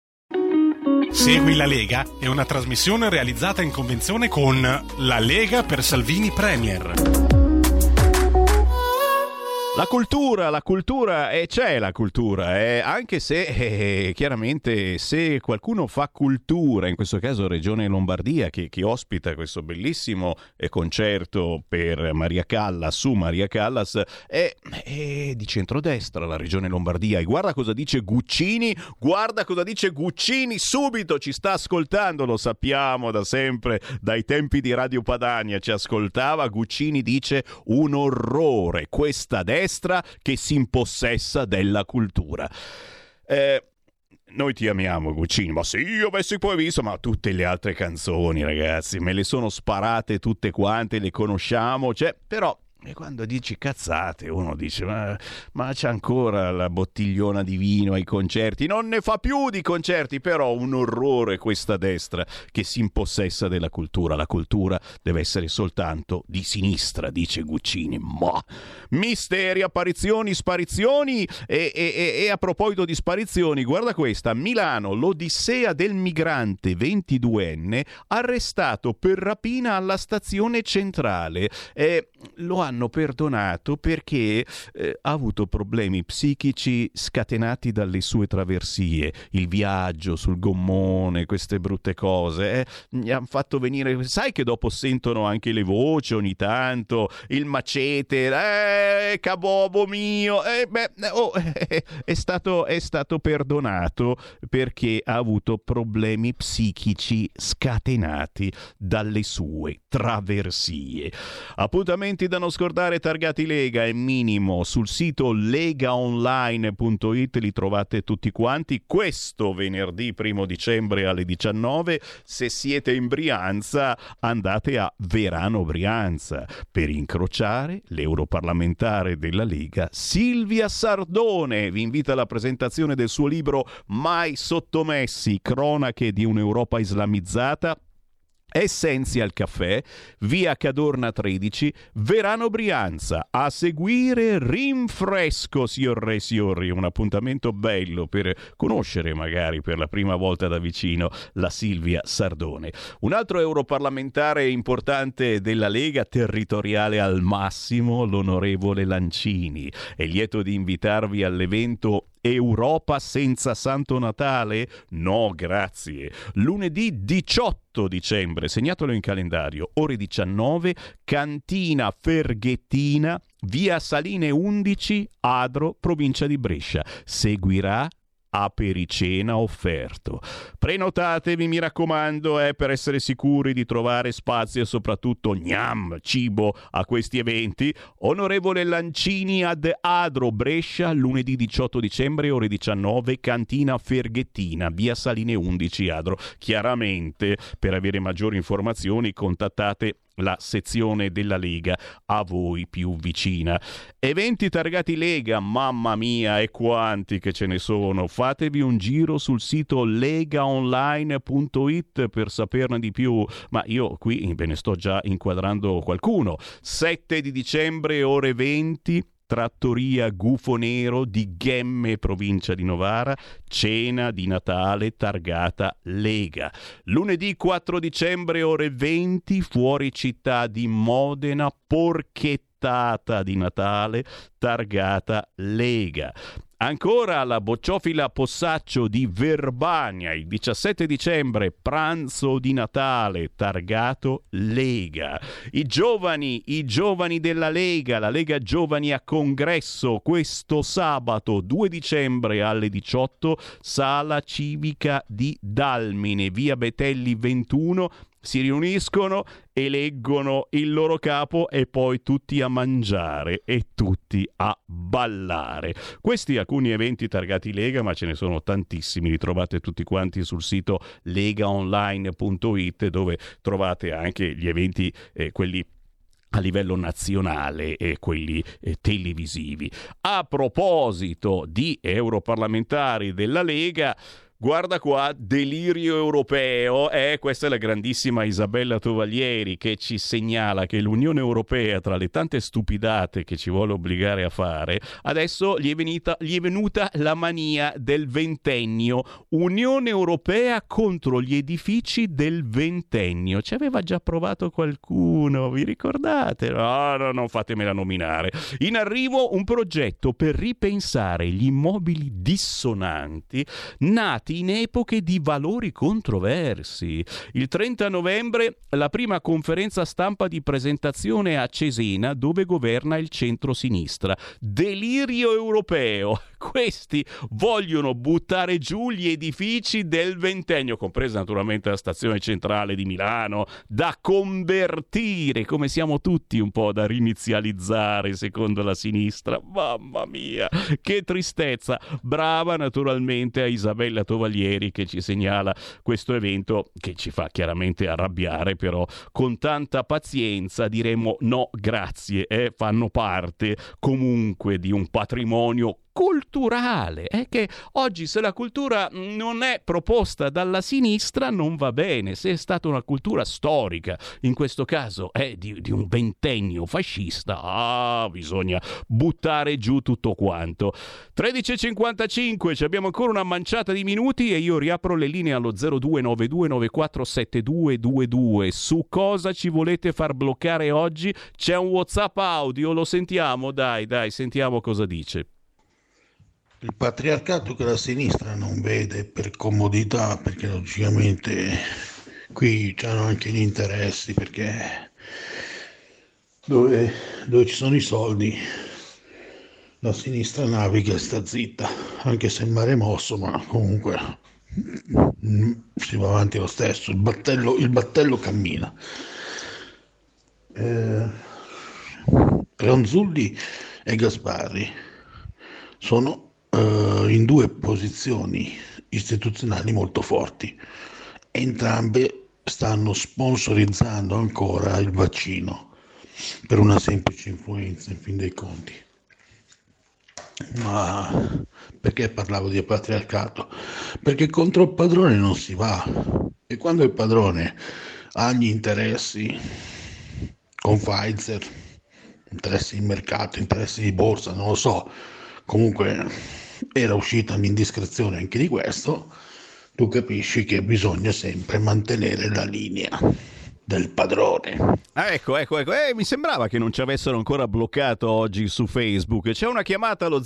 Segui la Lega è una trasmissione realizzata in convenzione con La Lega per Salvini Premier. La cultura, e c'è la cultura, anche se chiaramente se qualcuno fa cultura, in questo caso Regione Lombardia che ospita questo bellissimo concerto per Maria Callas, su Maria Callas, è di centrodestra la Regione Lombardia. E guarda cosa dice Guccini, subito ci sta ascoltando, lo sappiamo da sempre, dai tempi di Radio Padania ci ascoltava. Guccini dice: un orrore questa destra che si impossessa della cultura. Noi ti amiamo, Guccini, ma se io avessi poi visto, ma tutte le altre canzoni, ragazzi, me le sono sparate tutte quante, le conosciamo, però e quando dici cazzate uno dice ma c'è ancora la bottigliona di vino ai concerti, non ne fa più di concerti, però un orrore questa destra che si impossessa della cultura. La cultura deve essere soltanto di sinistra, dice Guccini. Ma misteri, apparizioni, sparizioni e a proposito di sparizioni, guarda questa: Milano, l'odissea del migrante 22enne arrestato per rapina alla stazione centrale. Lo hanno perdonato perché ha avuto problemi psichici scatenati dalle sue traversie, il viaggio sul gommone, queste brutte cose, gli hanno fatto venire, sai che dopo sentono anche le voci ogni tanto, il macete, cabobo mio, è stato perdonato perché ha avuto problemi psichici scatenati dalle sue traversie. Appuntamenti da non scordare, targati Lega è minimo sul sito legaonline.it, li trovate tutti quanti. Questo venerdì 1 dicembre alle 19, se siete in Brianza andate a Verano Brianza per incrociare l'europarlamentare della Lega Silvia Sardone. Vi invita alla presentazione del suo libro Mai sottomessi, cronache di un'Europa islamizzata, Essential Caffè, via Cadorna 13, Verano Brianza. A seguire Rinfresco, signore e signori, un appuntamento bello per conoscere magari per la prima volta da vicino la Silvia Sardone. Un altro europarlamentare importante della Lega, territoriale al massimo, l'onorevole Lancini. È lieto di invitarvi all'evento Europa senza Santo Natale? No, grazie. Lunedì 18 dicembre, segnatelo in calendario, ore 19, Cantina Ferghettina, via Saline 11, Adro, provincia di Brescia. Seguirà apericena offerto. Prenotatevi, mi raccomando, per essere sicuri di trovare spazio e soprattutto cibo a questi eventi. Onorevole Lancini ad Adro, Brescia, lunedì 18 dicembre, ore 19, Cantina Ferghettina, via Saline 11, Adro. Chiaramente, per avere maggiori informazioni, contattate la sezione della Lega a voi più vicina. Eventi targati Lega, mamma mia, e quanti che ce ne sono. Fatevi un giro sul sito legaonline.it per saperne di più, ma io qui ve ne sto già inquadrando qualcuno. 7 di dicembre, ore 20, Trattoria Gufo Nero di Ghemme, provincia di Novara, cena di Natale targata Lega. Lunedì 4 dicembre, ore 20, fuori città di Modena, porchettata di Natale targata Lega. Ancora la Bocciofila Possaccio di Verbania, il 17 dicembre, pranzo di Natale, targato Lega. I giovani della Lega, la Lega Giovani a Congresso, questo sabato 2 dicembre alle 18, Sala Civica di Dalmine, via Betelli 21, si riuniscono, eleggono il loro capo e poi tutti a mangiare e tutti a ballare. Questi alcuni eventi targati Lega, ma ce ne sono tantissimi, li trovate tutti quanti sul sito legaonline.it, dove trovate anche gli eventi, quelli a livello nazionale e quelli televisivi. A proposito di europarlamentari della Lega, guarda qua, delirio europeo, questa è la grandissima Isabella Tovaglieri che ci segnala che l'Unione Europea, tra le tante stupidate che ci vuole obbligare a fare, adesso gli è venuta la mania del ventennio. Unione Europea contro gli edifici del ventennio. Ci aveva già provato qualcuno, vi ricordate? No, non fatemela nominare. In arrivo un progetto per ripensare gli immobili dissonanti nati in epoche di valori controversi. Il 30 novembre la prima conferenza stampa di presentazione a Cesena, dove governa il centro-sinistra. Delirio europeo. Questi vogliono buttare giù gli edifici del ventennio, compresa naturalmente la stazione centrale di Milano, da convertire, come siamo tutti un po' da rinizializzare secondo la sinistra. Mamma mia, che tristezza. Brava naturalmente a Isabella Tovaglieri che ci segnala questo evento, che ci fa chiaramente arrabbiare, però con tanta pazienza diremo no grazie, fanno parte comunque di un patrimonio culturale, che oggi, se la cultura non è proposta dalla sinistra, non va bene. Se è stata una cultura storica, in questo caso è di un ventennio fascista, bisogna buttare giù tutto quanto. 13.55, abbiamo ancora una manciata di minuti e io riapro le linee allo 0292947222. Su cosa ci volete far bloccare oggi? C'è un WhatsApp audio, lo sentiamo? Dai, sentiamo cosa dice. Il patriarcato che la sinistra non vede per comodità, perché logicamente qui c'hanno anche gli interessi, perché dove ci sono i soldi la sinistra naviga e sta zitta, anche se il mare è mosso, ma comunque si va avanti lo stesso, il battello cammina. Ronzulli e Gasparri sono in due posizioni istituzionali molto forti. Entrambe stanno sponsorizzando ancora il vaccino per una semplice influenza, in fin dei conti. Ma perché parlavo di patriarcato? Perché contro il padrone non si va, e quando il padrone ha gli interessi con Pfizer, interessi di mercato, interessi di borsa, non lo so, comunque era uscita un'indiscrezione anche di questo, tu capisci che bisogna sempre mantenere la linea del padrone. Ecco. Mi sembrava che non ci avessero ancora bloccato oggi su Facebook. C'è una chiamata allo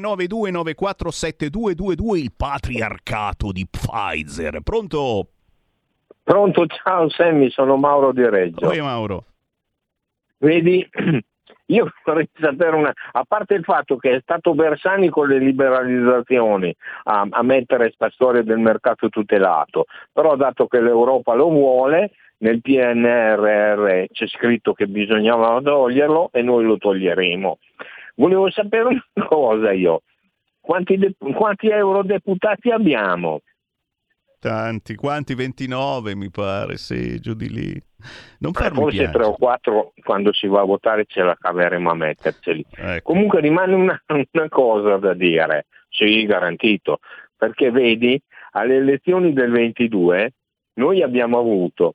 0292947222, il patriarcato di Pfizer. Pronto? Pronto, ciao Sammy, sono Mauro di Reggio. Oi Mauro. Vedi, io vorrei sapere a parte il fatto che è stato Bersani con le liberalizzazioni a mettere sta storia del mercato tutelato, però dato che l'Europa lo vuole, nel PNRR c'è scritto che bisognava toglierlo e noi lo toglieremo. Volevo sapere una cosa io, quanti eurodeputati abbiamo? Tanti, quanti? 29 mi pare, sì, giù di lì. Non farmi forse piangere. 3 o 4 quando si va a votare ce la caveremo a metterceli. Ecco. Comunque rimane una cosa da dire, sì, garantito, perché vedi, alle elezioni del 22 noi abbiamo avuto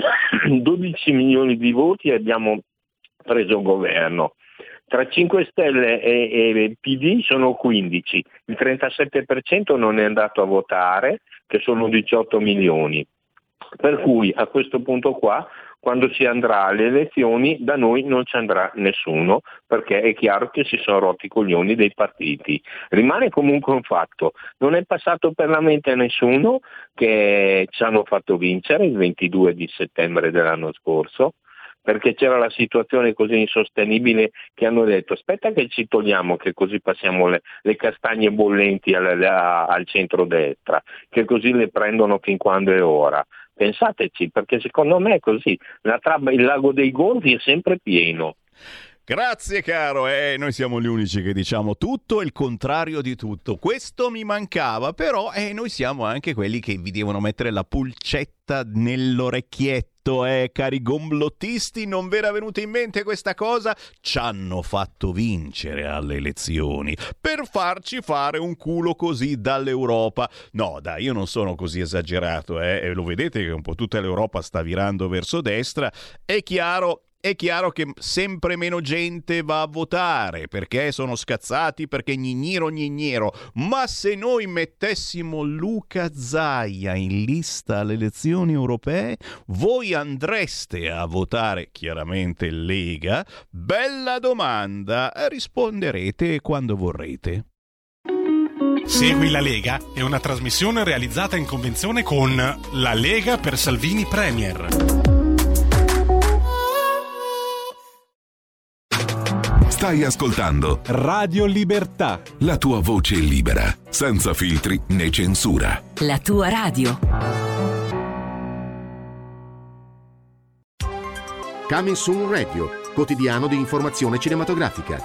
12 milioni di voti e abbiamo preso governo. Tra 5 Stelle e PD sono 15, il 37% non è andato a votare, che sono 18 milioni. Per cui a questo punto qua, quando si andrà alle elezioni, da noi non ci andrà nessuno, perché è chiaro che si sono rotti i coglioni dei partiti. Rimane comunque un fatto, non è passato per la mente a nessuno che ci hanno fatto vincere il 22 di settembre dell'anno scorso, perché c'era la situazione così insostenibile che hanno detto aspetta che ci togliamo, che così passiamo le castagne bollenti al centrodestra, che così le prendono fin quando è ora. Pensateci, perché secondo me è così, il lago dei Gonzi è sempre pieno. Grazie caro, noi siamo gli unici che diciamo tutto e il contrario di tutto. Questo mi mancava, però noi siamo anche quelli che vi devono mettere la pulcetta nell'orecchietto. Cari gomblottisti, non vi era venuta in mente questa cosa? Ci hanno fatto vincere alle elezioni per farci fare un culo così dall'Europa. No dai, io non sono così esagerato, e lo vedete che un po' tutta l'Europa sta virando verso destra. È chiaro che sempre meno gente va a votare perché sono scazzati, perché gnignero, ma se noi mettessimo Luca Zaia in lista alle elezioni europee, voi andreste a votare chiaramente Lega? Bella domanda, risponderete quando vorrete. Segui la Lega è una trasmissione realizzata in convenzione con La Lega per Salvini Premier. Stai ascoltando Radio Libertà, la tua voce libera, senza filtri né censura. La tua radio. Coming Soon Radio, quotidiano di informazione cinematografica.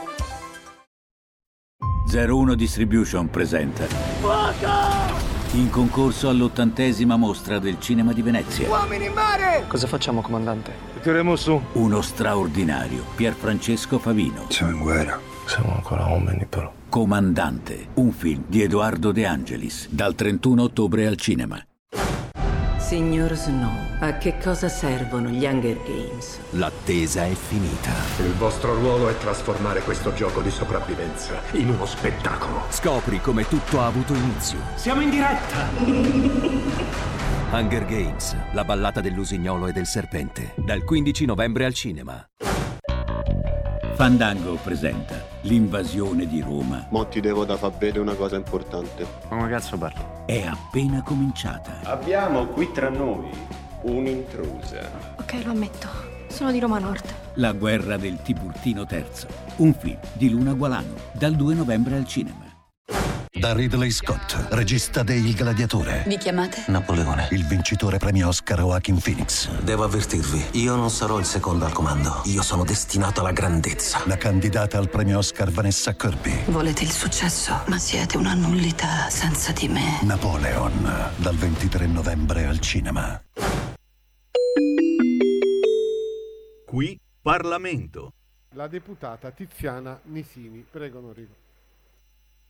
01 Distribution presenta in concorso all'80ª mostra del cinema di Venezia. Uomini in mare! Cosa facciamo, comandante? Tireremo su. Uno straordinario Pierfrancesco Favino. Siamo in guerra. Siamo ancora uomini, però. Comandante, un film di Edoardo De Angelis, dal 31 ottobre al cinema. Signor Snow, a che cosa servono gli Hunger Games? L'attesa è finita. Il vostro ruolo è trasformare questo gioco di sopravvivenza in uno spettacolo. Scopri come tutto ha avuto inizio. Siamo in diretta! Hunger Games, la ballata dell'usignolo e del serpente. Dal 15 novembre al cinema. Fandango presenta l'invasione di Roma. Mo' ti devo da far vedere una cosa importante. Ma come cazzo parli? È appena cominciata. Abbiamo qui tra noi un'intrusa. Ok, lo ammetto. Sono di Roma Nord. La guerra del Tiburtino III. Un film di Luna Gualano, dal 2 novembre al cinema. Da Ridley Scott, regista de Il Gladiatore. Vi chiamate? Napoleone. Il vincitore premio Oscar Joaquin Phoenix. Devo avvertirvi, io non sarò il secondo al comando. Io sono destinato alla grandezza. La candidata al premio Oscar Vanessa Kirby. Volete il successo, ma siete una nullità senza di me. Napoleon, dal 23 novembre al cinema. Qui Parlamento. La deputata Tiziana Nisini. Prego, Enrico.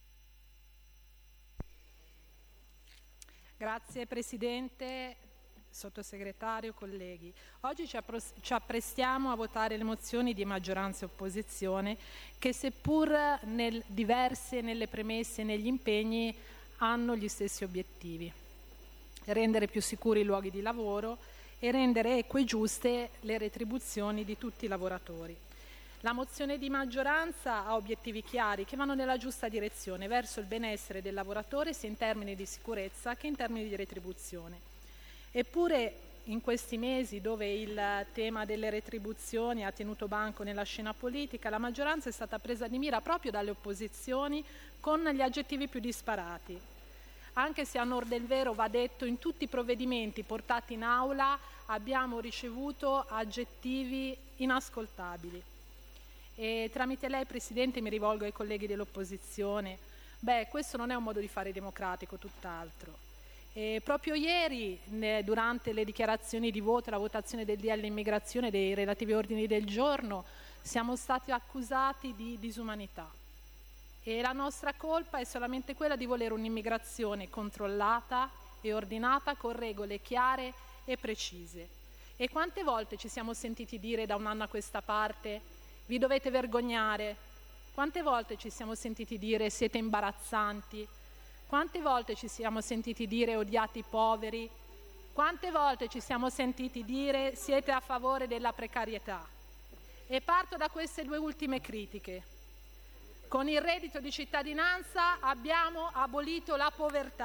Grazie Presidente. Sottosegretario, colleghi, oggi ci apprestiamo a votare le mozioni di maggioranza e opposizione che, seppur diverse nelle premesse e negli impegni, hanno gli stessi obiettivi: rendere più sicuri i luoghi di lavoro e rendere eque e giuste le retribuzioni di tutti i lavoratori. La mozione di maggioranza ha obiettivi chiari che vanno nella giusta direzione, verso il benessere del lavoratore sia in termini di sicurezza che in termini di retribuzione. Eppure in questi mesi, dove il tema delle retribuzioni ha tenuto banco nella scena politica, la maggioranza è stata presa di mira proprio dalle opposizioni con gli aggettivi più disparati. Anche se a onor del vero va detto, in tutti i provvedimenti portati in aula abbiamo ricevuto aggettivi inascoltabili. E tramite lei, Presidente, mi rivolgo ai colleghi dell'opposizione. Questo non è un modo di fare democratico, tutt'altro. E proprio ieri, durante le dichiarazioni di voto e la votazione del DL immigrazione e dei relativi ordini del giorno, siamo stati accusati di disumanità. E la nostra colpa è solamente quella di volere un'immigrazione controllata e ordinata con regole chiare e precise. E quante volte ci siamo sentiti dire da un anno a questa parte: vi dovete vergognare? Quante volte ci siamo sentiti dire: siete imbarazzanti? Quante volte ci siamo sentiti dire: odiate i poveri? Quante volte ci siamo sentiti dire: siete a favore della precarietà? E parto da queste due ultime critiche. Con il reddito di cittadinanza abbiamo abolito la povertà.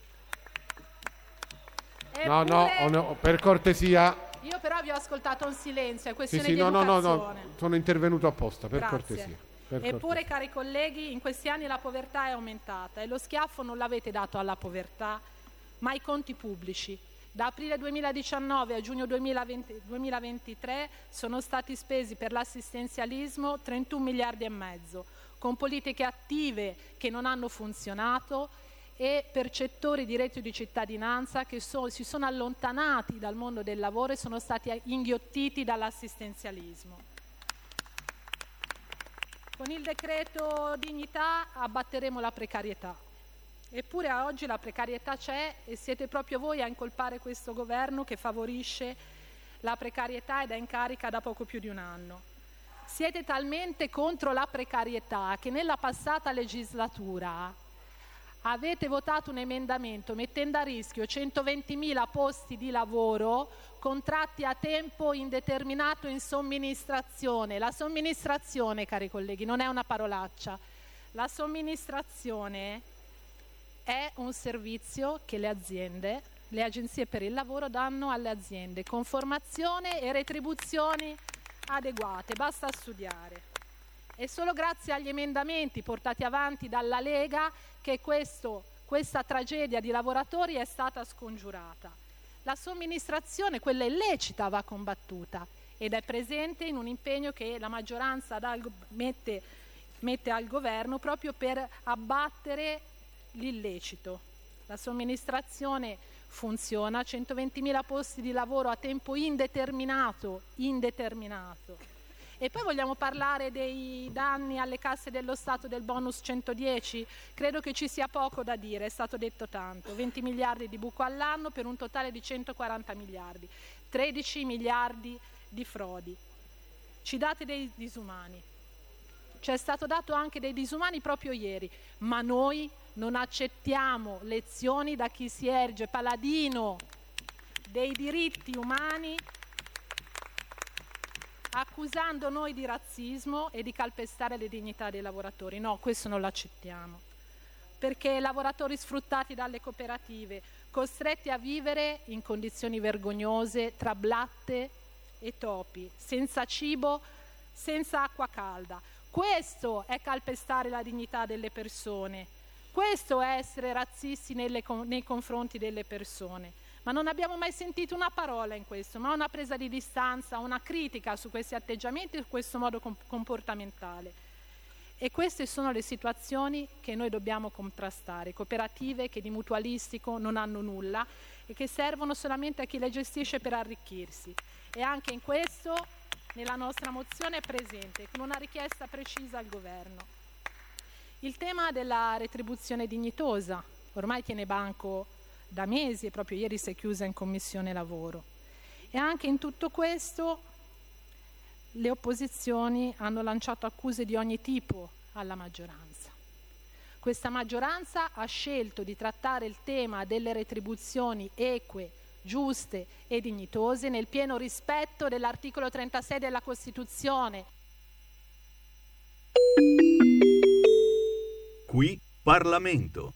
Eppure, no, per cortesia. Io però vi ho ascoltato in silenzio, è questione Sì, di educazione. no, sono intervenuto apposta, per Grazie. cortesia. Eppure, cari colleghi, in questi anni la povertà è aumentata e lo schiaffo non l'avete dato alla povertà, ma ai conti pubblici. Da aprile 2019 a giugno 2023 sono stati spesi per l'assistenzialismo 31 miliardi e mezzo, con politiche attive che non hanno funzionato e percettori di reddito di cittadinanza che si sono allontanati dal mondo del lavoro e sono stati inghiottiti dall'assistenzialismo. Con il decreto dignità abbatteremo la precarietà. Eppure a oggi la precarietà c'è e siete proprio voi a incolpare questo governo che favorisce la precarietà ed è in carica da poco più di un anno. Siete talmente contro la precarietà che nella passata legislatura avete votato un emendamento mettendo a rischio 120.000 posti di lavoro, contratti a tempo indeterminato in somministrazione. La somministrazione, cari colleghi, non è una parolaccia. La somministrazione è un servizio che le agenzie per il lavoro danno alle aziende con formazione e retribuzioni adeguate. Basta studiare. È solo grazie agli emendamenti portati avanti dalla Lega che questa tragedia di lavoratori è stata scongiurata. La somministrazione, quella illecita, va combattuta ed è presente in un impegno che la maggioranza mette al governo proprio per abbattere l'illecito. La somministrazione funziona, 120.000 posti di lavoro a tempo indeterminato. E poi vogliamo parlare dei danni alle casse dello Stato del bonus 110? Credo che ci sia poco da dire, è stato detto tanto. 20 miliardi di buco all'anno per un totale di 140 miliardi, 13 miliardi di frodi. Ci date dei disumani. Ci è stato dato anche dei disumani proprio ieri, ma noi non accettiamo lezioni da chi si erge paladino dei diritti umani, accusando noi di razzismo e di calpestare le dignità dei lavoratori. No, questo non l'accettiamo, perché lavoratori sfruttati dalle cooperative, costretti a vivere in condizioni vergognose tra blatte e topi, senza cibo, senza acqua calda. Questo è calpestare la dignità delle persone, questo è essere razzisti nei confronti delle persone. Ma non abbiamo mai sentito una parola in questo, ma una presa di distanza, una critica su questi atteggiamenti e su questo modo comportamentale. E queste sono le situazioni che noi dobbiamo contrastare, cooperative che di mutualistico non hanno nulla e che servono solamente a chi le gestisce per arricchirsi. E anche in questo, nella nostra mozione è presente, con una richiesta precisa al governo. Il tema della retribuzione dignitosa ormai tiene banco da mesi e proprio ieri si è chiusa in Commissione Lavoro. E anche in tutto questo le opposizioni hanno lanciato accuse di ogni tipo alla maggioranza. Questa maggioranza ha scelto di trattare il tema delle retribuzioni eque, giuste e dignitose nel pieno rispetto dell'articolo 36 della Costituzione. Qui Parlamento.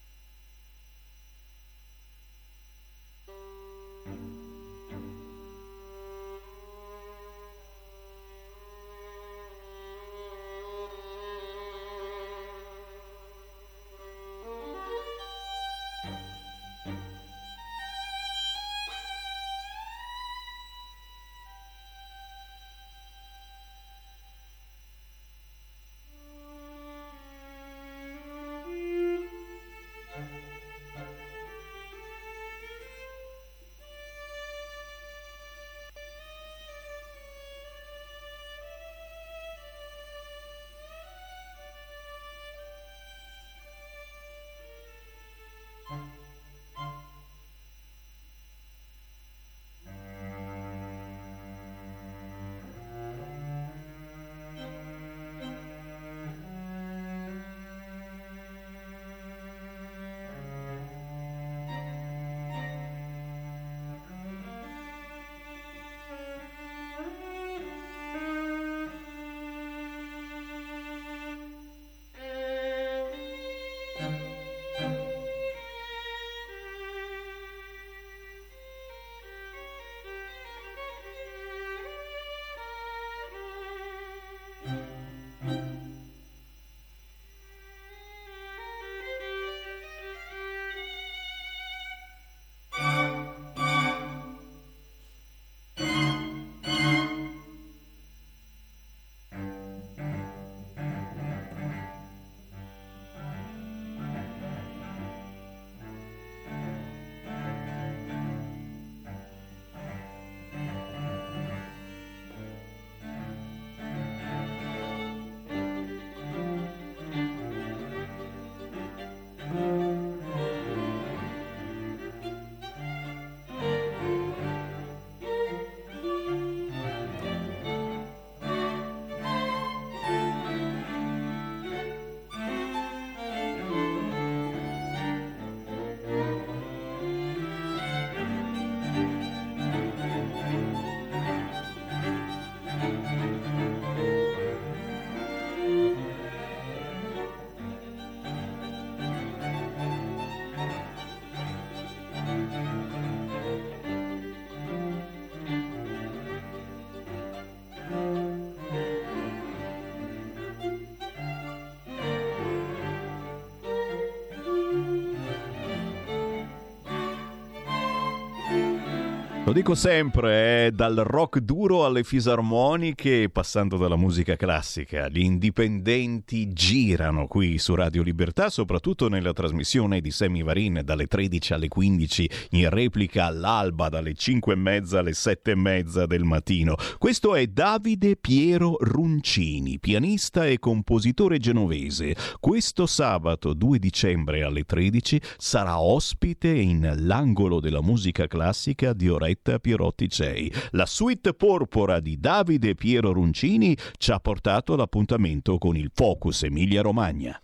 Lo dico sempre, dal rock duro alle fisarmoniche, passando dalla musica classica. Gli indipendenti girano qui su Radio Libertà, soprattutto nella trasmissione di Sammy Varin dalle 13 alle 15, in replica all'alba dalle 5:30 alle 7:30 del mattino. Questo è Davide Piero Runcini, pianista e compositore genovese. Questo sabato 2 dicembre alle 13 sarà ospite in l'angolo della musica classica di Oretta Pierotti Cei. La suite porpora di Davide Piero Runcini ci ha portato all'appuntamento con il Focus Emilia Romagna.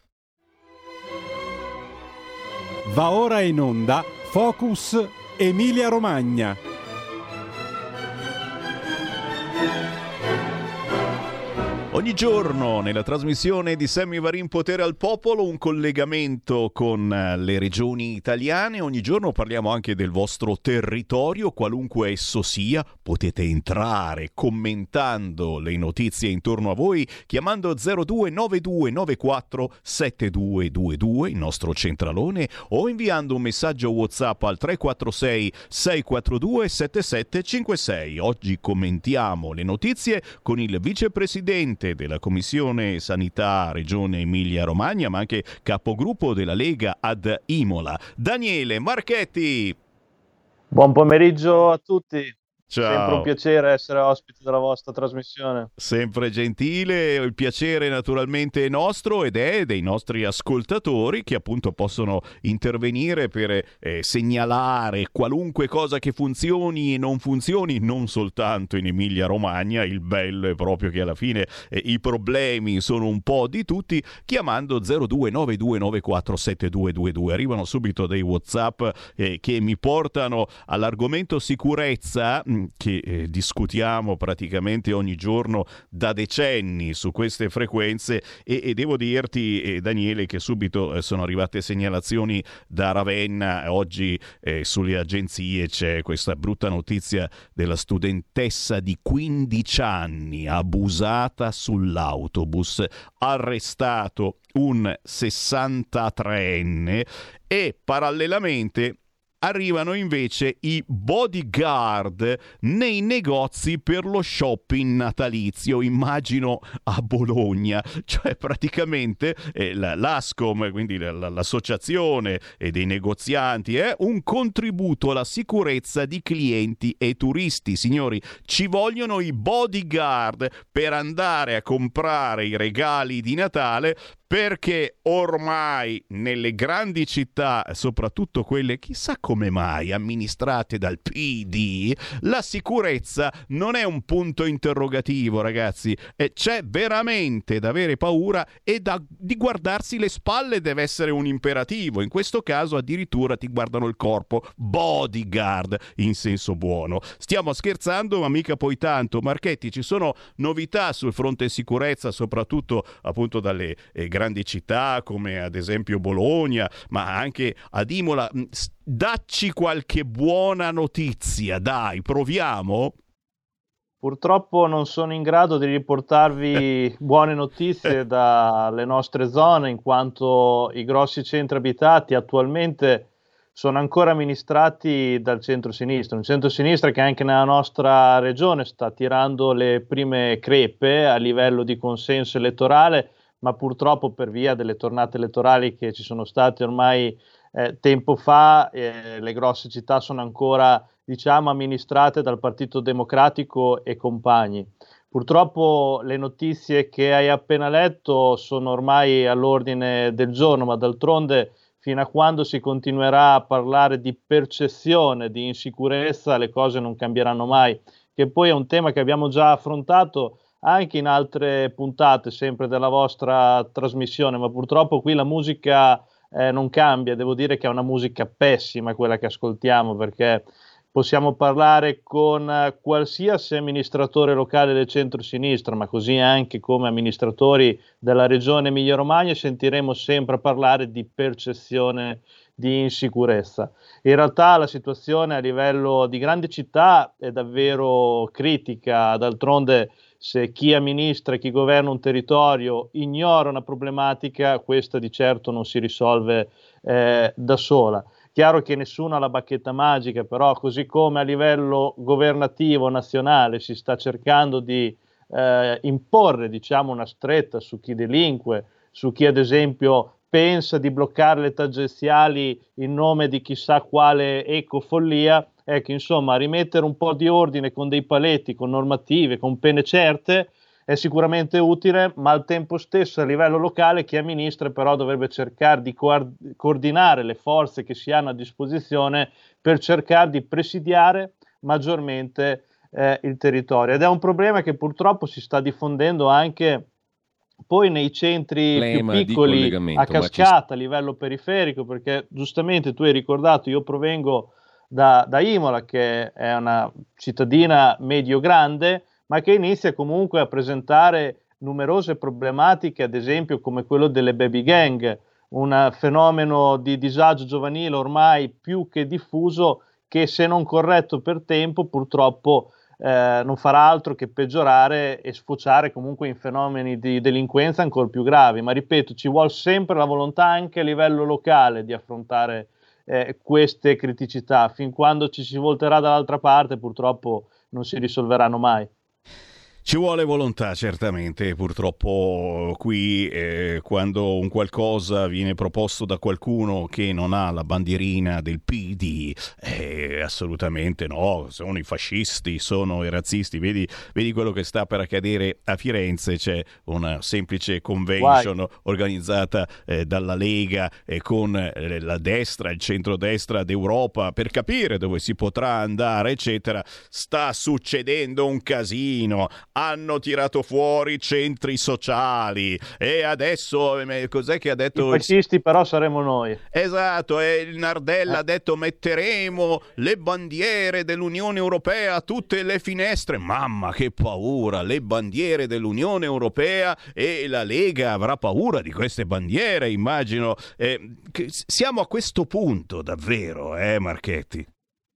Va ora in onda Focus Emilia Romagna. Ogni giorno nella trasmissione di Sammy Varin Potere al Popolo un collegamento con le regioni italiane. Ogni giorno parliamo anche del vostro territorio, qualunque esso sia. Potete entrare commentando le notizie intorno a voi chiamando 0292947222, il nostro centralone, o inviando un messaggio WhatsApp al 346 642 7756. Oggi commentiamo le notizie con il vicepresidente della Commissione Sanità Regione Emilia Romagna, ma anche capogruppo della Lega ad Imola, Daniele Marchetti. Buon pomeriggio a tutti. Ciao. Sempre un piacere essere ospite della vostra trasmissione. Sempre gentile, il piacere naturalmente è nostro ed è dei nostri ascoltatori che appunto possono intervenire per segnalare qualunque cosa che funzioni e non funzioni, non soltanto in Emilia Romagna. Il bello è proprio che alla fine i problemi sono un po' di tutti, chiamando 0292947222. Arrivano subito dei WhatsApp che mi portano all'argomento sicurezza che discutiamo praticamente ogni giorno da decenni su queste frequenze e devo dirti, Daniele, che subito sono arrivate segnalazioni da Ravenna. Oggi sulle agenzie c'è questa brutta notizia della studentessa di 15 anni abusata sull'autobus, arrestato un 63enne e parallelamente arrivano invece i bodyguard nei negozi per lo shopping natalizio, immagino a Bologna, cioè praticamente l'ASCOM, quindi l'associazione dei negozianti, è un contributo alla sicurezza di clienti e turisti. Signori, ci vogliono i bodyguard per andare a comprare i regali di Natale, perché ormai nelle grandi città, soprattutto quelle chissà come mai amministrate dal PD, la sicurezza non è un punto interrogativo, ragazzi. C'è veramente da avere paura e di guardarsi le spalle deve essere un imperativo. In questo caso addirittura ti guardano il corpo. Bodyguard in senso buono. Stiamo scherzando, ma mica poi tanto. Marchetti, ci sono novità sul fronte sicurezza, soprattutto appunto dalle grandi città come ad esempio Bologna, ma anche ad Imola. Dacci qualche buona notizia, dai, proviamo. Purtroppo non sono in grado di riportarvi buone notizie dalle nostre zone, in quanto i grossi centri abitati attualmente sono ancora amministrati dal centro-sinistra, un centro-sinistra che anche nella nostra regione sta tirando le prime crepe a livello di consenso elettorale, ma purtroppo per via delle tornate elettorali che ci sono state ormai tempo fa, le grosse città sono ancora, diciamo, amministrate dal Partito Democratico e compagni. Purtroppo le notizie che hai appena letto sono ormai all'ordine del giorno, ma d'altronde fino a quando si continuerà a parlare di percezione di insicurezza le cose non cambieranno mai, che poi è un tema che abbiamo già affrontato anche in altre puntate sempre della vostra trasmissione, ma purtroppo qui la musica non cambia. Devo dire che è una musica pessima quella che ascoltiamo, perché possiamo parlare con qualsiasi amministratore locale del centro-sinistra, ma così anche come amministratori della regione Emilia-Romagna, e sentiremo sempre parlare di percezione di insicurezza. In realtà la situazione a livello di grandi città è davvero critica. D'altronde, se chi amministra e chi governa un territorio ignora una problematica, questa di certo non si risolve da sola. Chiaro che nessuno ha la bacchetta magica, però così come a livello governativo nazionale si sta cercando di imporre, diciamo, una stretta su chi delinque, su chi ad esempio pensa di bloccare le tangenziali in nome di chissà quale ecofollia, ecco, insomma, rimettere un po' di ordine con dei paletti, con normative, con pene certe è sicuramente utile, ma al tempo stesso a livello locale chi amministra però dovrebbe cercare di coordinare le forze che si hanno a disposizione per cercare di presidiare maggiormente il territorio. Ed è un problema che purtroppo si sta diffondendo anche poi nei centri più piccoli a cascata, a livello periferico, perché giustamente tu hai ricordato, io provengo da Imola, che è una cittadina medio-grande, ma che inizia comunque a presentare numerose problematiche, ad esempio come quello delle baby gang, un fenomeno di disagio giovanile ormai più che diffuso, che se non corretto per tempo purtroppo non farà altro che peggiorare e sfociare comunque in fenomeni di delinquenza ancora più gravi. Ma ripeto, ci vuole sempre la volontà anche a livello locale di affrontare queste criticità. Fin quando ci si volterà dall'altra parte purtroppo non si risolveranno mai. Ci vuole volontà, certamente. Purtroppo qui quando un qualcosa viene proposto da qualcuno che non ha la bandierina del PD, assolutamente no, sono i fascisti, sono i razzisti. Vedi quello che sta per accadere a Firenze. C'è una semplice convention organizzata dalla Lega con la destra, il centrodestra d'Europa, per capire dove si potrà andare, eccetera. Sta succedendo un casino. Hanno tirato fuori centri sociali e adesso cos'è che ha detto? I fascisti però saremo noi. Esatto, e il Nardella ha detto metteremo le bandiere dell'Unione Europea a tutte le finestre. Mamma, che paura, le bandiere dell'Unione Europea, e la Lega avrà paura di queste bandiere, immagino. Siamo a questo punto davvero, Marchetti?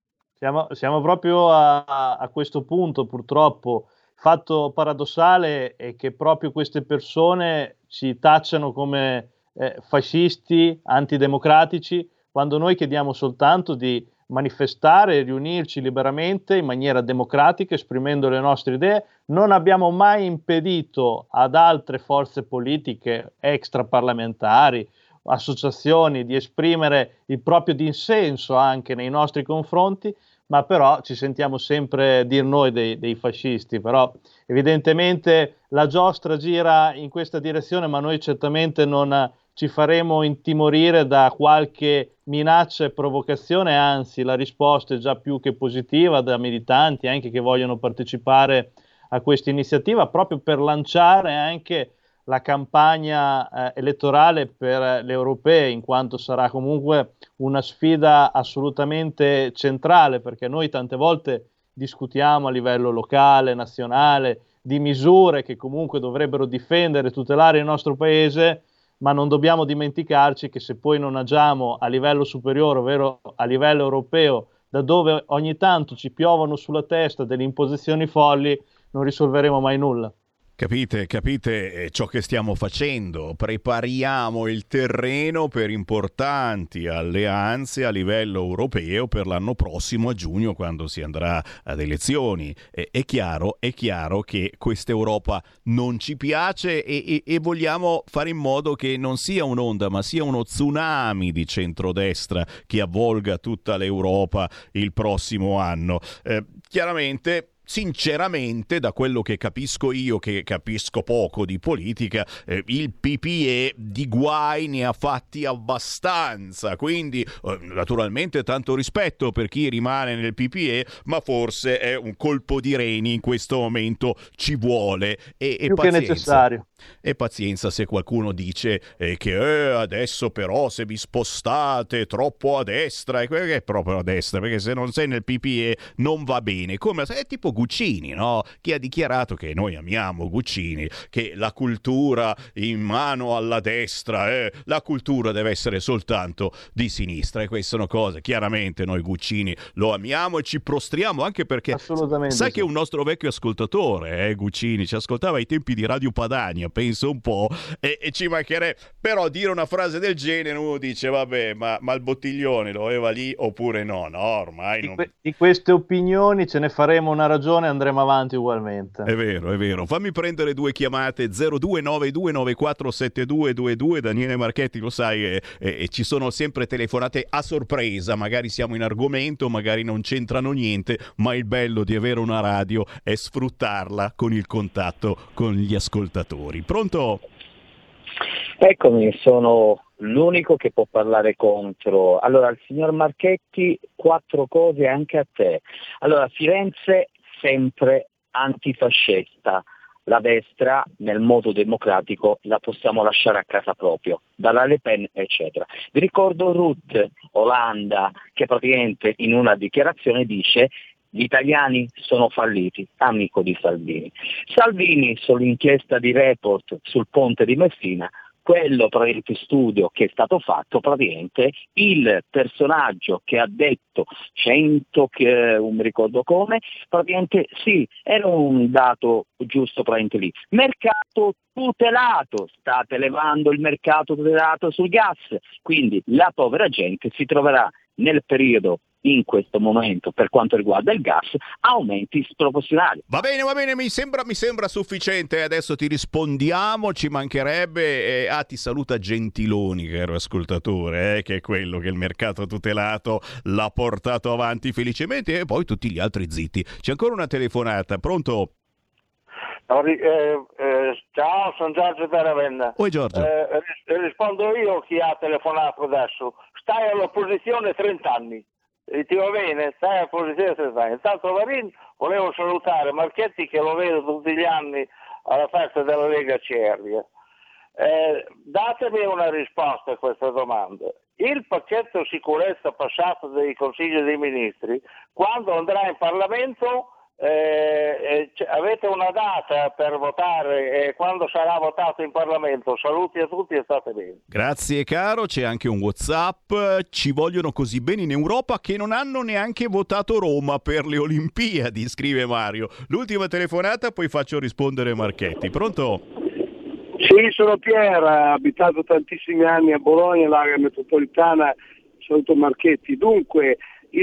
Siamo proprio a questo punto, purtroppo. Il fatto paradossale è che proprio queste persone ci tacciano come fascisti, antidemocratici, quando noi chiediamo soltanto di manifestare e riunirci liberamente in maniera democratica, esprimendo le nostre idee. Non abbiamo mai impedito ad altre forze politiche extraparlamentari, associazioni, di esprimere il proprio dissenso anche nei nostri confronti, ma però ci sentiamo sempre dir noi dei fascisti. Però evidentemente la giostra gira in questa direzione, ma noi certamente non ci faremo intimorire da qualche minaccia e provocazione, anzi la risposta è già più che positiva da militanti anche che vogliono partecipare a questa iniziativa, proprio per lanciare anche la campagna elettorale per le europee, in quanto sarà comunque una sfida assolutamente centrale, perché noi tante volte discutiamo a livello locale, nazionale, di misure che comunque dovrebbero difendere e tutelare il nostro paese, ma non dobbiamo dimenticarci che se poi non agiamo a livello superiore, ovvero a livello europeo, da dove ogni tanto ci piovono sulla testa delle imposizioni folli, non risolveremo mai nulla. Capite ciò che stiamo facendo? Prepariamo il terreno per importanti alleanze a livello europeo per l'anno prossimo a giugno, quando si andrà ad elezioni. È chiaro che questa Europa non ci piace e vogliamo fare in modo che non sia un'onda, ma sia uno tsunami di centrodestra che avvolga tutta l'Europa il prossimo anno. Chiaramente, sinceramente, da quello che capisco io, che capisco poco di politica, il PPE di guai ne ha fatti abbastanza, quindi naturalmente tanto rispetto per chi rimane nel PPE, ma forse è un colpo di reni in questo momento ci vuole, e più pazienza. Che necessario. E pazienza se qualcuno dice che adesso però se vi spostate troppo a destra, che è proprio a destra, perché se non sei nel PPE non va bene, come è tipo Guccini, no? Che ha dichiarato che noi amiamo Guccini, che la cultura in mano alla destra, la cultura deve essere soltanto di sinistra, e queste sono cose, chiaramente noi Guccini lo amiamo e ci prostriamo, anche perché sai sì. che un nostro vecchio ascoltatore, Guccini, ci ascoltava ai tempi di Radio Padania, penso un po', e ci mancherebbe, però dire una frase del genere uno dice vabbè, ma il Bottiglione lo aveva lì oppure no, ormai non... Di queste opinioni ce ne faremo una ragione e andremo avanti ugualmente. È vero, fammi prendere due chiamate. 0292947222. Daniele Marchetti, lo sai, ci sono sempre telefonate a sorpresa, magari siamo in argomento, magari non c'entrano niente, ma il bello di avere una radio è sfruttarla con il contatto con gli ascoltatori. Pronto? Eccomi, sono l'unico che può parlare contro. Allora, il signor Marchetti, 4 cose anche a te. Allora, Firenze sempre antifascista, la destra nel modo democratico la possiamo lasciare a casa proprio, dalla Le Pen eccetera. Vi ricordo Ruth Olanda che praticamente in una dichiarazione dice: gli italiani sono falliti, amico di Salvini. Salvini, sull'inchiesta di Report sul ponte di Messina, quello praticamente studio che è stato fatto, praticamente il personaggio che ha detto 100, che non mi ricordo come, praticamente sì, era un dato giusto praticamente lì. Mercato tutelato, state levando il mercato tutelato sul gas, quindi la povera gente si troverà nel periodo in questo momento per quanto riguarda il gas, aumenti sproporzionali. Va bene, mi sembra sufficiente. Adesso ti rispondiamo, ci mancherebbe. Ti saluta Gentiloni, caro ascoltatore, che è quello che il mercato tutelato l'ha portato avanti felicemente, e poi tutti gli altri zitti. C'è ancora una telefonata, pronto? Ciao, sono Giorgio da Ravenna. Oi Giorgio. Rispondo io chi ha telefonato adesso. Stai all'opposizione 30 anni. Ti va bene? Stai all'opposizione 30 anni. Intanto Varin, volevo salutare Marchetti, che lo vedo tutti gli anni alla festa della Lega Cervia. Datemi una risposta a questa domanda. Il pacchetto sicurezza passato dai Consigli dei Ministri, quando andrà in Parlamento, avete una data per votare, quando sarà votato in Parlamento? Saluti a tutti e state bene. Grazie caro, c'è anche un WhatsApp. Ci vogliono così bene in Europa che non hanno neanche votato Roma per le Olimpiadi, scrive Mario. L'ultima telefonata, poi faccio rispondere Marchetti. Pronto? Sì, sono Pier, ho abitato tantissimi anni a Bologna, l'area metropolitana, saluto Marchetti. Dunque, il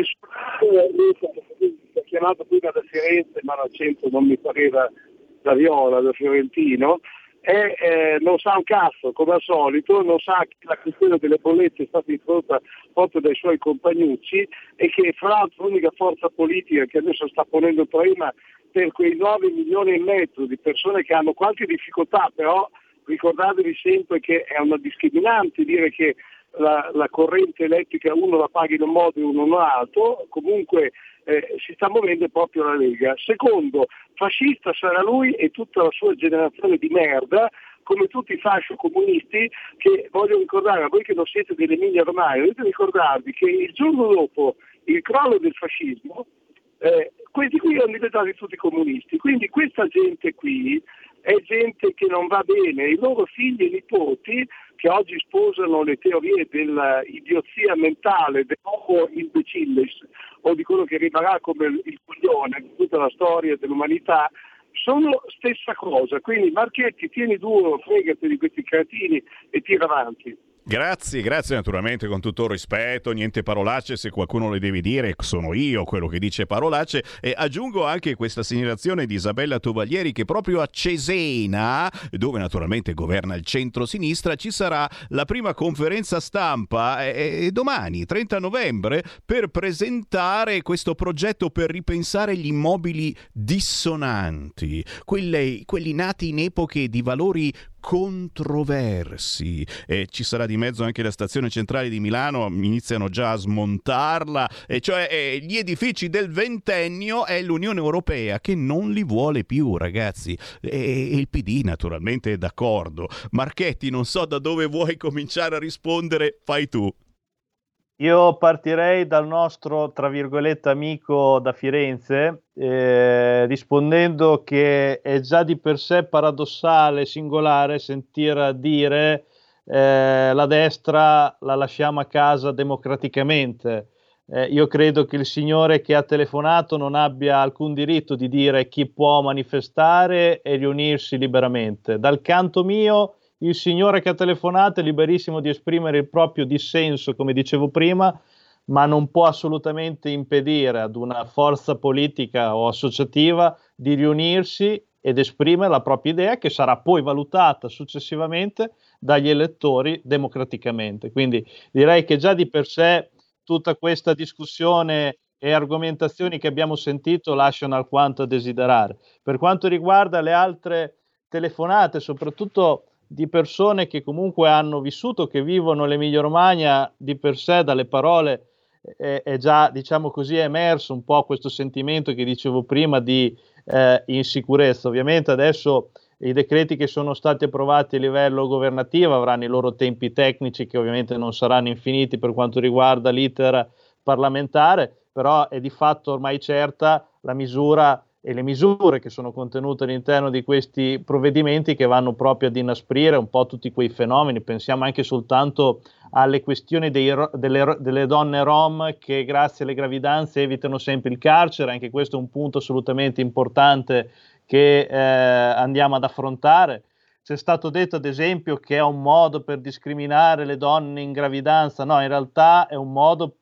chiamato prima da Firenze, ma l'accento non mi pareva da Viola, da fiorentino, e non sa un cazzo, come al solito, non sa che la questione delle bollette è stata introdotta proprio dai suoi compagnucci, e che fra l'altro l'unica forza politica che adesso sta ponendo il problema per quei 9 milioni e mezzo di persone che hanno qualche difficoltà, però ricordatevi sempre che è una discriminante dire che la corrente elettrica uno la paghi in un modo e uno in un altro. Comunque si sta muovendo proprio la Lega. Secondo, fascista sarà lui e tutta la sua generazione di merda, come tutti i fascio-comunisti, che voglio ricordare a voi che non siete dell'Emilia Romagna, dovete ricordarvi che il giorno dopo il crollo del fascismo, questi qui erano diventati tutti comunisti. Quindi questa gente qui è gente che non va bene, i loro figli e nipoti che oggi sposano le teorie dell'idiozia mentale, dell'homo imbecillis, o di quello che rimarrà come il coglione di tutta la storia dell'umanità, sono stessa cosa. Quindi Marchetti, tieni duro, fregati di questi cretini e tira avanti. Grazie naturalmente, con tutto il rispetto, niente parolacce, se qualcuno le deve dire sono io quello che dice parolacce. E aggiungo anche questa segnalazione di Isabella Tovaglieri che proprio a Cesena, dove naturalmente governa il centro-sinistra, ci sarà la prima conferenza stampa domani, 30 novembre, per presentare questo progetto per ripensare gli immobili dissonanti, quelli nati in epoche di valori controversi. Ci sarà di mezzo anche la stazione centrale di Milano, iniziano già a smontarla, cioè gli edifici del ventennio. È l'Unione Europea che non li vuole più, ragazzi, e il PD naturalmente è d'accordo. Marchetti, non so da dove vuoi cominciare a rispondere, fai tu. Io partirei dal nostro, tra virgolette, amico da Firenze, rispondendo che è già di per sé paradossale, singolare, sentir dire la destra la lasciamo a casa democraticamente. Io credo che il signore che ha telefonato non abbia alcun diritto di dire chi può manifestare e riunirsi liberamente. Dal canto mio, il signore che ha telefonato è liberissimo di esprimere il proprio dissenso, come dicevo prima, ma non può assolutamente impedire ad una forza politica o associativa di riunirsi ed esprimere la propria idea, che sarà poi valutata successivamente dagli elettori democraticamente. Quindi direi che già di per sé tutta questa discussione e argomentazioni che abbiamo sentito lasciano alquanto a desiderare. Per quanto riguarda le altre telefonate, soprattutto di persone che comunque hanno vissuto, che vivono l'Emilia Romagna, di per sé dalle parole è già, diciamo così, è emerso un po' questo sentimento che dicevo prima di insicurezza. Ovviamente adesso i decreti che sono stati approvati a livello governativo avranno i loro tempi tecnici, che ovviamente non saranno infiniti per quanto riguarda l'iter parlamentare, però è di fatto ormai certa la misura e le misure che sono contenute all'interno di questi provvedimenti, che vanno proprio ad inasprire un po' tutti quei fenomeni. Pensiamo anche soltanto alle questioni delle donne rom che grazie alle gravidanze evitano sempre il carcere. Anche questo è un punto assolutamente importante che andiamo ad affrontare. C'è stato detto ad esempio che è un modo per discriminare le donne in gravidanza. No, in realtà è un modo per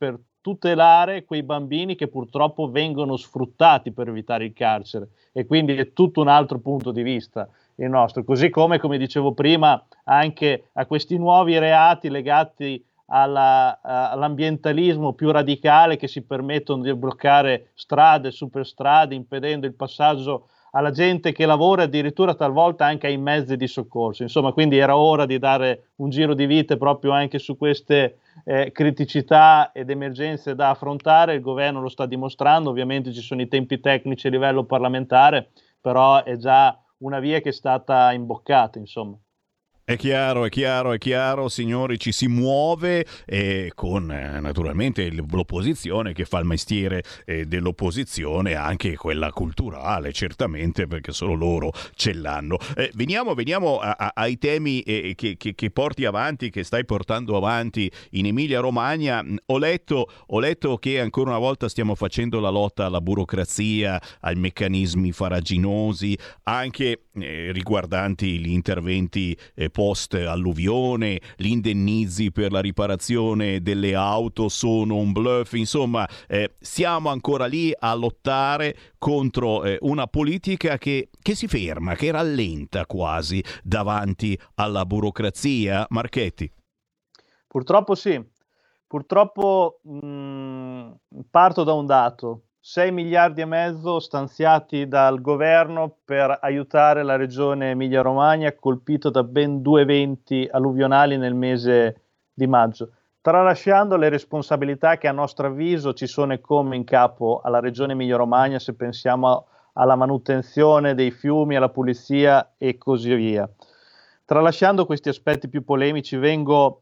tutelare quei bambini che purtroppo vengono sfruttati per evitare il carcere, e quindi è tutto un altro punto di vista il nostro, così come dicevo prima, anche a questi nuovi reati legati all'ambientalismo più radicale, che si permettono di bloccare strade, superstrade, impedendo il passaggio alla gente che lavora, addirittura talvolta anche ai mezzi di soccorso. Insomma, quindi era ora di dare un giro di vite proprio anche su queste criticità ed emergenze da affrontare. Il governo lo sta dimostrando, ovviamente ci sono i tempi tecnici a livello parlamentare, però è già una via che è stata imboccata, insomma. È chiaro, signori, ci si muove con naturalmente l'opposizione che fa il mestiere dell'opposizione, anche quella culturale, certamente, perché solo loro ce l'hanno. Veniamo ai temi che porti avanti, che stai portando avanti in Emilia-Romagna. Ho letto che ancora una volta stiamo facendo la lotta alla burocrazia, ai meccanismi farraginosi, anche riguardanti gli interventi post alluvione, gli indennizi per la riparazione delle auto sono un bluff. Insomma, siamo ancora lì a lottare contro una politica che si ferma, che rallenta quasi davanti alla burocrazia. Marchetti? Purtroppo sì. Purtroppo parto da un dato: 6 miliardi e mezzo stanziati dal governo per aiutare la regione Emilia-Romagna, colpita da ben 2 eventi alluvionali nel mese di maggio, tralasciando le responsabilità che a nostro avviso ci sono e come in capo alla regione Emilia-Romagna, se pensiamo alla manutenzione dei fiumi, alla pulizia e così via. Tralasciando questi aspetti più polemici, vengo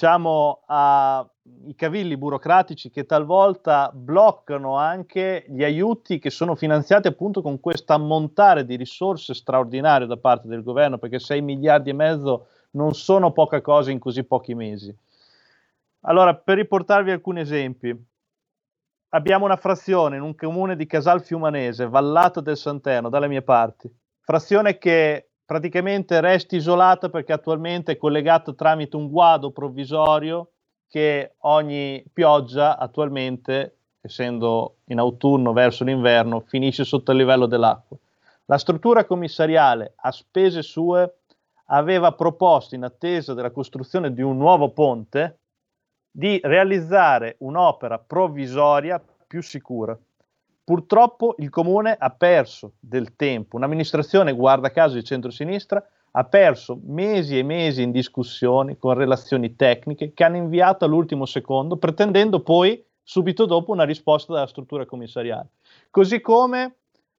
ai cavilli burocratici che talvolta bloccano anche gli aiuti che sono finanziati appunto con questo ammontare di risorse straordinarie da parte del governo, perché 6 miliardi e mezzo non sono poca cosa in così pochi mesi. Allora, per riportarvi alcuni esempi, abbiamo una frazione in un comune di Casalfiumanese, Vallata del Santerno, dalle mie parti, frazione che praticamente resta isolata perché attualmente è collegata tramite un guado provvisorio che ogni pioggia attualmente, essendo in autunno verso l'inverno, finisce sotto il livello dell'acqua. La struttura commissariale, a spese sue, aveva proposto, in attesa della costruzione di un nuovo ponte, di realizzare un'opera provvisoria più sicura. Purtroppo il comune ha perso del tempo, un'amministrazione, guarda caso di centrosinistra, ha perso mesi e mesi in discussioni con relazioni tecniche che hanno inviato all'ultimo secondo, pretendendo poi subito dopo una risposta dalla struttura commissariale. Così come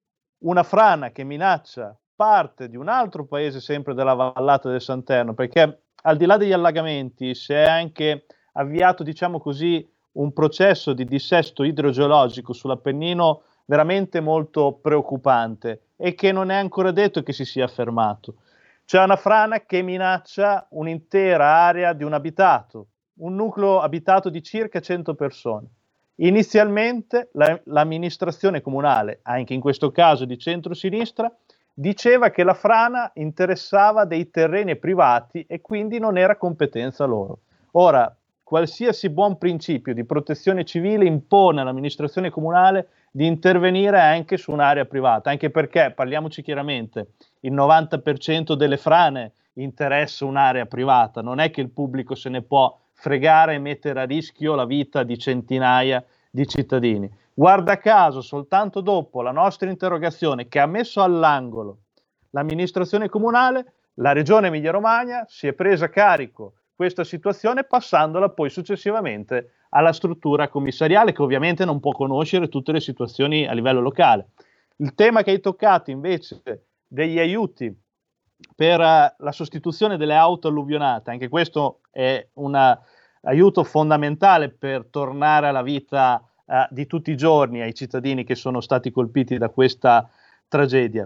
una frana che minaccia parte di un altro paese sempre della Vallata del Santerno, perché al di là degli allagamenti si è anche avviato, diciamo così, un processo di dissesto idrogeologico sull'Appennino veramente molto preoccupante e che non è ancora detto che si sia fermato. C'è una frana che minaccia un'intera area di un abitato, un nucleo abitato di circa 100 persone. Inizialmente l'amministrazione comunale, anche in questo caso di centrosinistra, diceva che la frana interessava dei terreni privati e quindi non era competenza loro. Ora, qualsiasi buon principio di protezione civile impone all'amministrazione comunale di intervenire anche su un'area privata, anche perché, parliamoci chiaramente, il 90% delle frane interessa un'area privata, non è che il pubblico se ne può fregare e mettere a rischio la vita di centinaia di cittadini. Guarda caso, soltanto dopo la nostra interrogazione che ha messo all'angolo l'amministrazione comunale, la regione Emilia-Romagna si è presa a carico questa situazione passandola poi successivamente alla struttura commissariale, che ovviamente non può conoscere tutte le situazioni a livello locale. Il tema che hai toccato invece degli aiuti per la sostituzione delle auto alluvionate, anche questo è un aiuto fondamentale per tornare alla vita di tutti i giorni ai cittadini che sono stati colpiti da questa tragedia.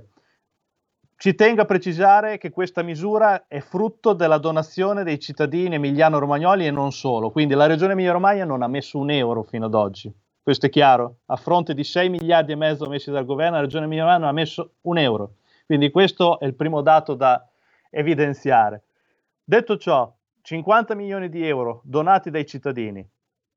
Ci tengo a precisare che questa misura è frutto della donazione dei cittadini emiliano-romagnoli e non solo, quindi la regione Emilia-Romagna non ha messo un euro fino ad oggi, questo è chiaro, a fronte di 6 miliardi e mezzo messi dal governo la regione Emilia-Romagna non ha messo un euro, quindi questo è il primo dato da evidenziare. Detto ciò, 50 milioni di euro donati dai cittadini,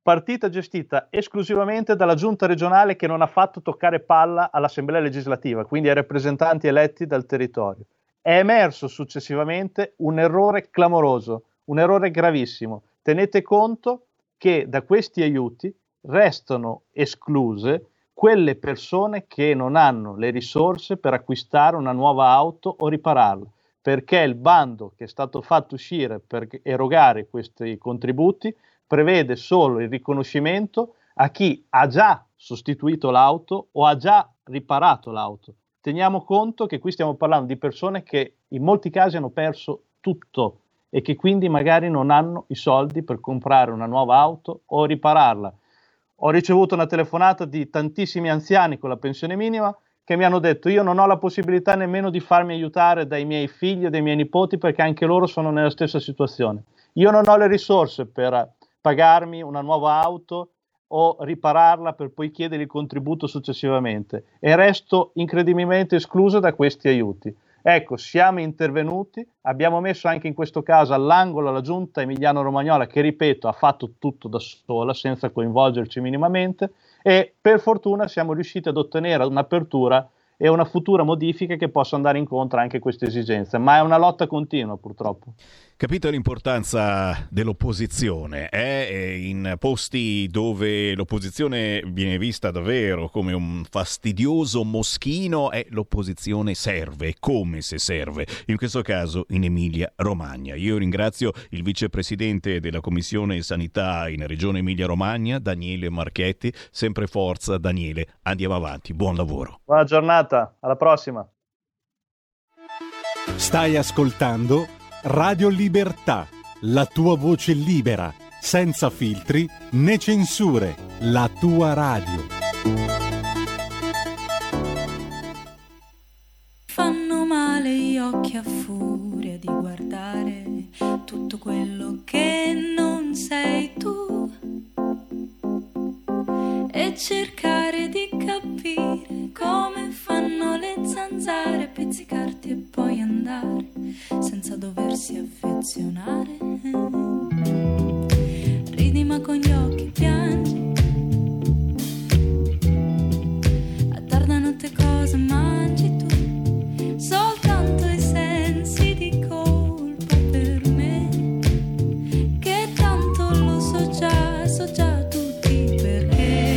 partita gestita esclusivamente dalla giunta regionale che non ha fatto toccare palla all'Assemblea legislativa, quindi ai rappresentanti eletti dal territorio. È emerso successivamente un errore clamoroso, un errore gravissimo. Tenete conto che da questi aiuti restano escluse quelle persone che non hanno le risorse per acquistare una nuova auto o ripararla, perché il bando che è stato fatto uscire per erogare questi contributi prevede solo il riconoscimento a chi ha già sostituito l'auto o ha già riparato l'auto. Teniamo conto che qui stiamo parlando di persone che in molti casi hanno perso tutto e che quindi magari non hanno i soldi per comprare una nuova auto o ripararla. Ho ricevuto una telefonata di tantissimi anziani con la pensione minima che mi hanno detto: io non ho la possibilità nemmeno di farmi aiutare dai miei figli e dai miei nipoti perché anche loro sono nella stessa situazione. Io non ho le risorse per pagarmi una nuova auto o ripararla per poi chiedere il contributo successivamente e resto incredibilmente escluso da questi aiuti. Ecco, siamo intervenuti, abbiamo messo anche in questo caso all'angolo la giunta emiliano-romagnola che, ripeto, ha fatto tutto da sola senza coinvolgerci minimamente e per fortuna siamo riusciti ad ottenere un'apertura e una futura modifica che possa andare incontro anche a queste esigenze, ma è una lotta continua purtroppo. Capito l'importanza dell'opposizione? In posti dove l'opposizione viene vista davvero come un fastidioso moschino, l'opposizione serve, come se serve. In questo caso in Emilia-Romagna. Io ringrazio il vicepresidente della Commissione Sanità in Regione Emilia-Romagna, Daniele Marchetti. Sempre forza, Daniele. Andiamo avanti. Buon lavoro. Buona giornata. Alla prossima. Stai ascoltando Radio Libertà, la tua voce libera, senza filtri né censure, la tua radio. Fanno male gli occhi a furia di guardare tutto quello che non sei tu e cercare di capire come fanno le zanzare, pizzicarti e poi andare senza doversi affezionare. Ridi ma con gli occhi piangi, a tarda notte cosa mangi tu, soltanto i sensi di colpa per me, che tanto lo so già tutti perché.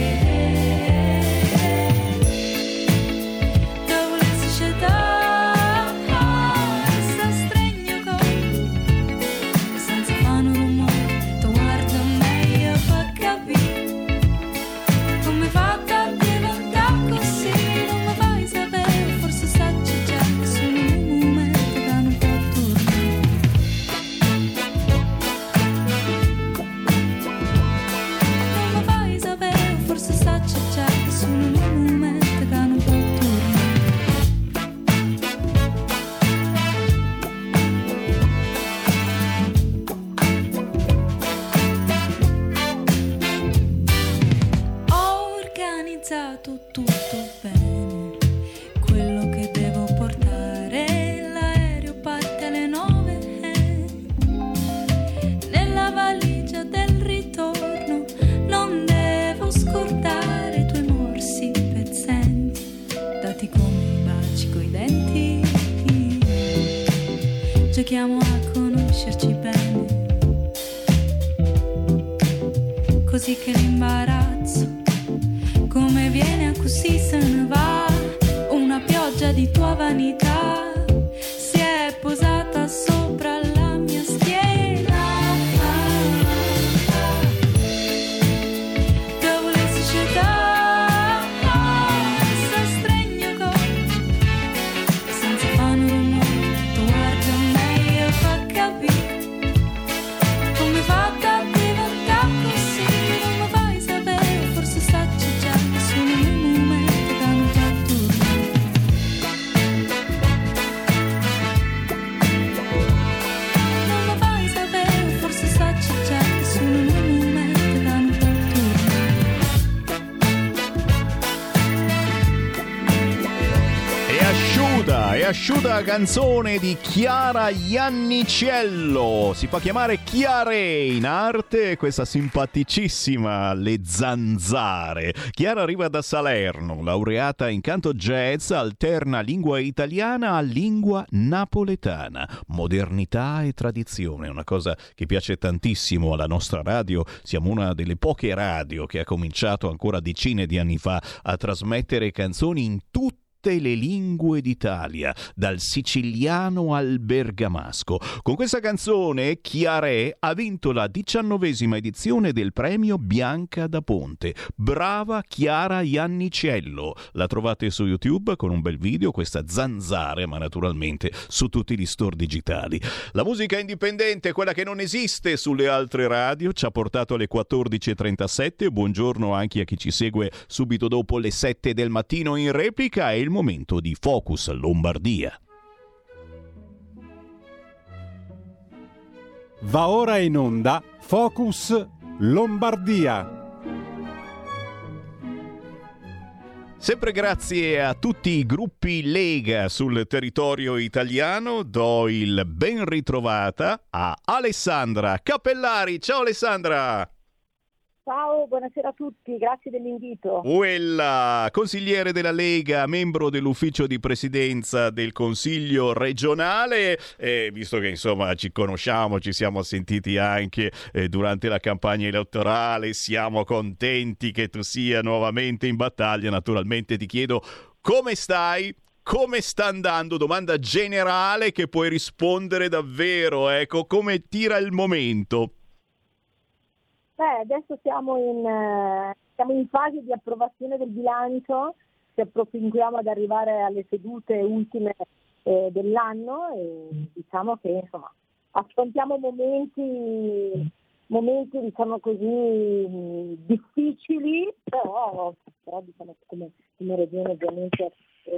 Tutto bene, quello che devo portare, l'aereo parte alle 9, nella valigia del ritorno non devo scordare i tuoi morsi pezzenti, dati come i baci coi denti, giochiamo a conoscerci bene, così che l'imbarazzo come viene a così se ne va, una pioggia di tua vanità si è posata sopra la mia schiena. Dopo le società si stregno senza fare un rumore, tu guarda me e fa capire come fatta a diventare così, non lo fai sapere, forse sacci già. conosciuta canzone di Chiara Iannicello, si fa chiamare Chiare in arte, questa simpaticissima Le Zanzare. Chiara arriva da Salerno, laureata in canto jazz, alterna lingua italiana a lingua napoletana, modernità e tradizione, una cosa che piace tantissimo alla nostra radio. Siamo una delle poche radio che ha cominciato ancora decine di anni fa a trasmettere canzoni in tutte le lingue d'Italia, dal siciliano al bergamasco. Con questa canzone Chiare ha vinto la 19ª edizione del premio Bianca da Ponte. Brava Chiara Iannicello. La trovate su YouTube con un bel video, questa Zanzare, ma naturalmente su tutti gli store digitali. La musica indipendente, quella che non esiste sulle altre radio, ci ha portato alle 14.37. Buongiorno anche a chi ci segue subito dopo le 7 del mattino in replica. È il momento di Focus Lombardia. Va ora in onda Focus Lombardia. Sempre grazie a tutti i gruppi Lega sul territorio italiano, do il ben ritrovata a Alessandra Cappellari. Ciao Alessandra! Ciao, buonasera a tutti, grazie dell'invito. Uella, consigliere della Lega, membro dell'ufficio di presidenza del Consiglio regionale, visto che insomma ci conosciamo, ci siamo sentiti anche durante la campagna elettorale, siamo contenti che tu sia nuovamente in battaglia. Naturalmente ti chiedo come stai? Come sta andando? Domanda generale che puoi rispondere davvero, ecco, come tira il momento? Adesso siamo in fase di approvazione del bilancio, ci approfinquiamo ad arrivare alle sedute ultime dell'anno e diciamo che insomma affrontiamo momenti diciamo così difficili, però diciamo come regione ovviamente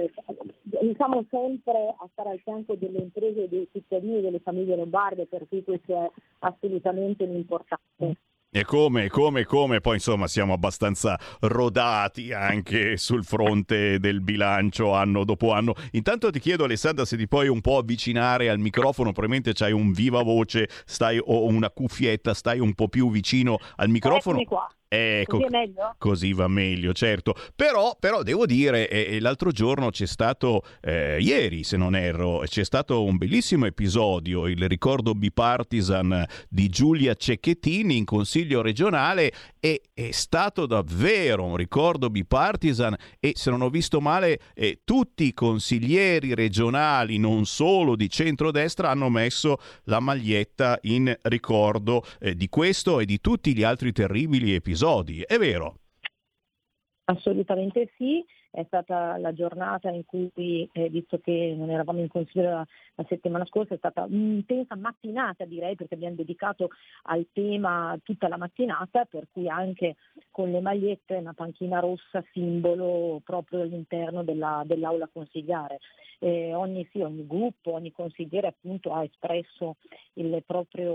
siamo sempre a stare al fianco delle imprese, dei cittadini e delle famiglie lombarde, per cui questo è assolutamente importante. E come, poi insomma siamo abbastanza rodati anche sul fronte del bilancio anno dopo anno. Intanto ti chiedo Alessandra se ti puoi un po' avvicinare al microfono, probabilmente c'hai un viva voce, o una cuffietta, stai un po' più vicino al microfono. Eccomi qua. Ecco, così è meglio? Così va meglio, certo. Però devo dire, l'altro giorno c'è stato, ieri se non erro, c'è stato un bellissimo episodio, il ricordo bipartisan di Giulia Cecchetini in Consiglio regionale, e è stato davvero un ricordo bipartisan e, se non ho visto male, tutti i consiglieri regionali, non solo di centrodestra, hanno messo la maglietta in ricordo di questo e di tutti gli altri terribili episodi. È vero? Assolutamente sì, è stata la giornata in cui, visto che non eravamo in consiglio la settimana scorsa, è stata un'intensa mattinata, direi, perché abbiamo dedicato al tema tutta la mattinata, per cui anche con le magliette, una panchina rossa, simbolo proprio all'interno dell'aula consigliare. Ogni gruppo, ogni consigliere appunto ha espresso la propria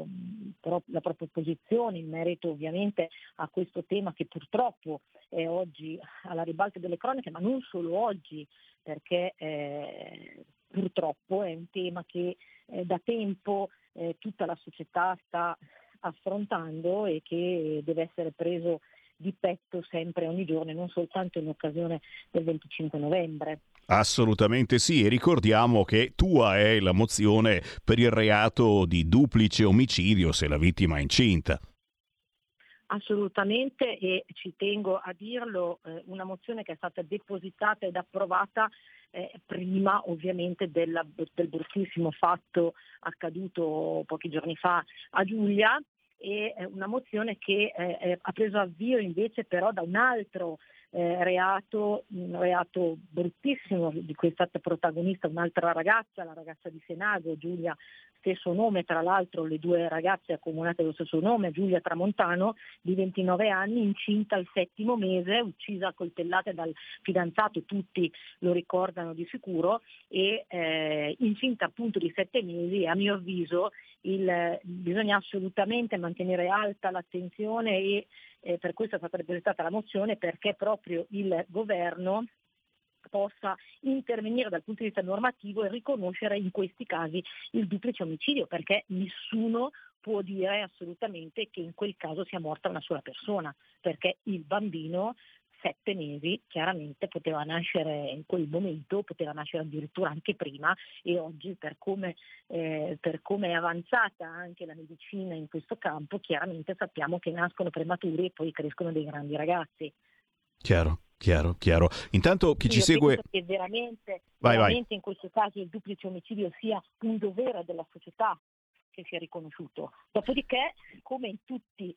posizione in merito ovviamente a questo tema che purtroppo è oggi alla ribalta delle cronache, ma non solo oggi, perché purtroppo è un tema che da tempo tutta la società sta affrontando e che deve essere preso di petto sempre, ogni giorno, e non soltanto in occasione del 25 novembre. Assolutamente sì, e ricordiamo che tua è la mozione per il reato di duplice omicidio se la vittima è incinta. Assolutamente, e ci tengo a dirlo, una mozione che è stata depositata ed approvata prima ovviamente del bruttissimo fatto accaduto pochi giorni fa a Giulia, e una mozione che ha preso avvio invece però da un altro reato, un reato bruttissimo di cui è stata protagonista un'altra ragazza, la ragazza di Senago, Giulia, stesso nome, tra l'altro le due ragazze accomunate dello stesso nome, Giulia Tramontano di 29 anni, incinta al 7° mese, uccisa a coltellate dal fidanzato, tutti lo ricordano di sicuro, e incinta appunto di 7 mesi. A mio avviso bisogna assolutamente mantenere alta l'attenzione e per questo è stata depositata la mozione, perché proprio il governo possa intervenire dal punto di vista normativo e riconoscere in questi casi il duplice omicidio, perché nessuno può dire assolutamente che in quel caso sia morta una sola persona, perché il bambino 7 mesi chiaramente poteva nascere in quel momento, poteva nascere addirittura anche prima, e oggi per come è avanzata anche la medicina in questo campo, chiaramente sappiamo che nascono prematuri e poi crescono dei grandi ragazzi. Chiaro. Intanto chi ci segue... Penso che veramente Vai. in questo caso il duplice omicidio sia un dovere della società che sia riconosciuto. Dopodiché, come in tutti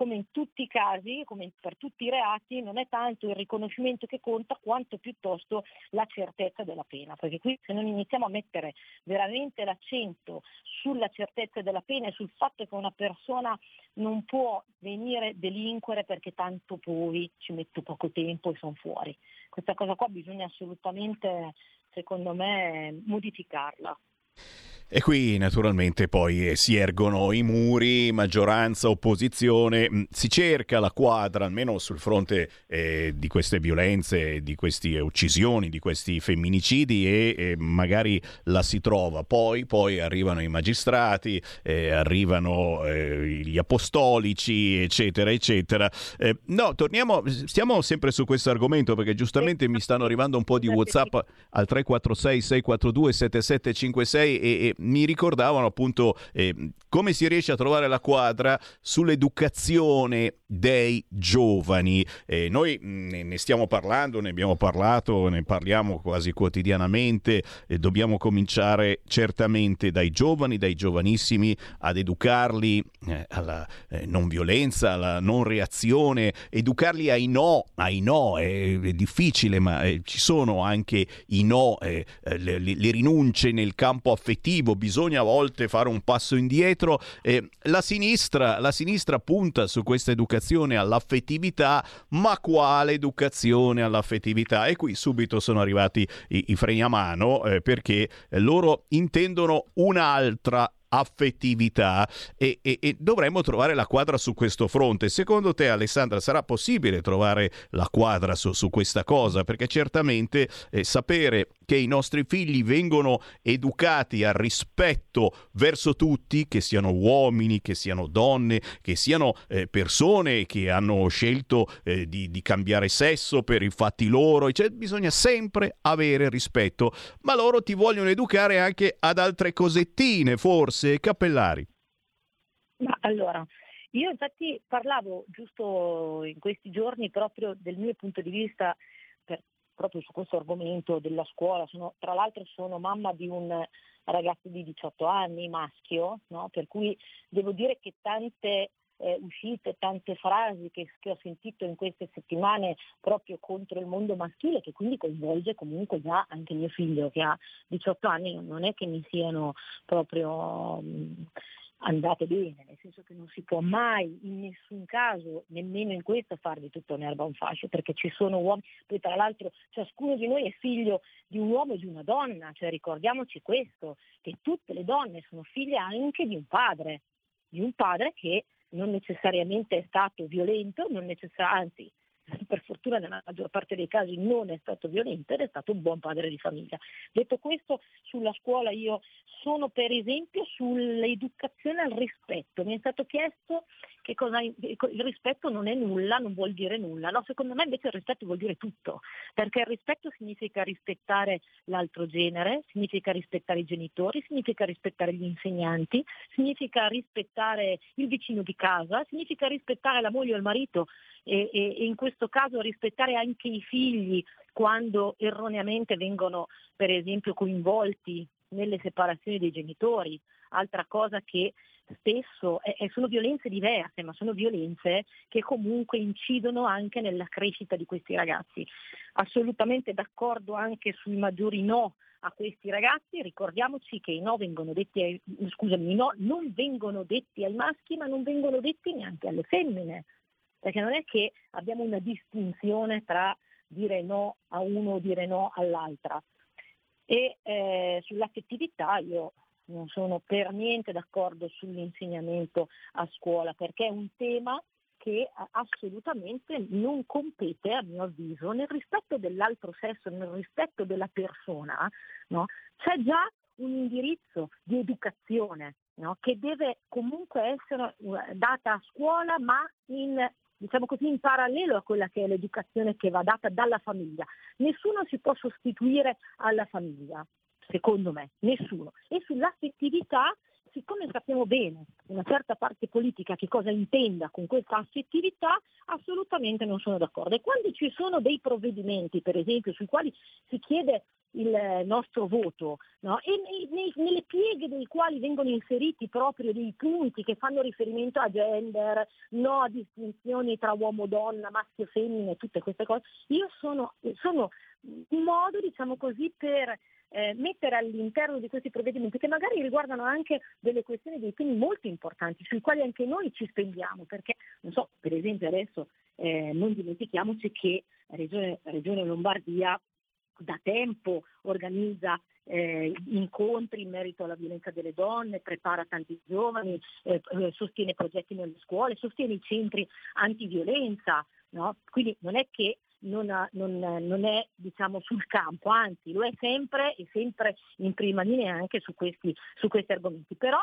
i casi, come per tutti i reati, non è tanto il riconoscimento che conta quanto piuttosto la certezza della pena, perché qui se non iniziamo a mettere veramente l'accento sulla certezza della pena e sul fatto che una persona non può venire delinquere perché tanto poi ci metto poco tempo e sono fuori. Questa cosa qua bisogna assolutamente, secondo me, modificarla. E qui naturalmente poi si ergono i muri, maggioranza, opposizione, si cerca la quadra, almeno sul fronte di queste violenze, di queste uccisioni, di questi femminicidi, e magari la si trova. Poi arrivano i magistrati, arrivano gli apostolici, eccetera, eccetera. No, stiamo sempre su questo argomento, perché giustamente mi stanno arrivando un po' di WhatsApp al 346 642 7756 e mi ricordavano appunto come si riesce a trovare la quadra sull'educazione dei giovani. Noi ne stiamo parlando, ne abbiamo parlato, ne parliamo quasi quotidianamente. Dobbiamo cominciare certamente dai giovani, dai giovanissimi, ad educarli alla non violenza, alla non reazione, educarli ai no. È difficile, ma ci sono anche i no, le rinunce nel campo affettivo. Bisogna a volte fare un passo indietro. La sinistra punta su questa educazione all'affettività, ma quale educazione all'affettività? E qui subito sono arrivati i freni a mano, perché loro intendono un'altra affettività e dovremmo trovare la quadra su questo fronte. Secondo te, Alessandra, sarà possibile trovare la quadra su questa cosa? Perché certamente sapere che i nostri figli vengono educati al rispetto verso tutti, che siano uomini, che siano donne, che siano persone che hanno scelto di cambiare sesso per i fatti loro, cioè bisogna sempre avere rispetto, ma loro ti vogliono educare anche ad altre cosettine, forse. Cappellari. Ma allora, io infatti parlavo giusto in questi giorni proprio del mio punto di vista proprio su questo argomento della scuola. Tra l'altro sono mamma di un ragazzo di 18 anni, maschio, no? Per cui devo dire che tante uscite, tante frasi che ho sentito in queste settimane proprio contro il mondo maschile, che quindi coinvolge comunque già anche mio figlio che ha 18 anni, non è che mi siano proprio andate bene, nel senso che non si può mai in nessun caso, nemmeno in questo, far di tutta un'erba un fascio, perché ci sono uomini, poi tra l'altro ciascuno di noi è figlio di un uomo e di una donna, cioè ricordiamoci questo, che tutte le donne sono figlie anche di un padre che non necessariamente è stato violento, anzi per fortuna nella maggior parte dei casi non è stato violento ed è stato un buon padre di famiglia. Detto questo, sulla scuola io sono per esempio sull'educazione al rispetto. Mi è stato chiesto che cosa il rispetto non è nulla, non vuol dire nulla. No, secondo me invece il rispetto vuol dire tutto, perché il rispetto significa rispettare l'altro genere, significa rispettare i genitori, significa rispettare gli insegnanti, significa rispettare il vicino di casa, significa rispettare la moglie o il marito e in questo caso rispettare anche i figli quando erroneamente vengono per esempio coinvolti nelle separazioni dei genitori. Altra cosa che spesso sono violenze diverse, ma sono violenze che comunque incidono anche nella crescita di questi ragazzi. Assolutamente d'accordo anche sui maggiori no a questi ragazzi. Ricordiamoci che i no vengono detti i no non vengono detti ai maschi, ma non vengono detti neanche alle femmine, perché non è che abbiamo una distinzione tra dire no a uno o dire no all'altra. E sull'affettività io non sono per niente d'accordo sull'insegnamento a scuola, perché è un tema che assolutamente non compete, a mio avviso, nel rispetto dell'altro sesso, nel rispetto della persona, no? C'è già un indirizzo di educazione, no? Che deve comunque essere data a scuola, ma diciamo così, in parallelo a quella che è l'educazione che va data dalla famiglia. Nessuno si può sostituire alla famiglia, secondo me, nessuno. E sull'affettività, siccome sappiamo bene una certa parte politica che cosa intenda con questa affettività, assolutamente non sono d'accordo. E quando ci sono dei provvedimenti, per esempio, sui quali si chiede il nostro voto, no? E nelle pieghe dei quali vengono inseriti proprio dei punti che fanno riferimento a gender, no a distinzioni tra uomo-donna, maschio-femmine, tutte queste cose, io sono un modo, diciamo così, per mettere all'interno di questi provvedimenti, che magari riguardano anche delle questioni, dei temi molto importanti sui quali anche noi ci spendiamo, perché non so, per esempio adesso non dimentichiamoci che Regione Lombardia da tempo organizza incontri in merito alla violenza delle donne, prepara tanti giovani, sostiene progetti nelle scuole, sostiene i centri antiviolenza, no? Quindi non è che non è, diciamo, sul campo, anzi lo è sempre e sempre in prima linea anche su questi argomenti. Però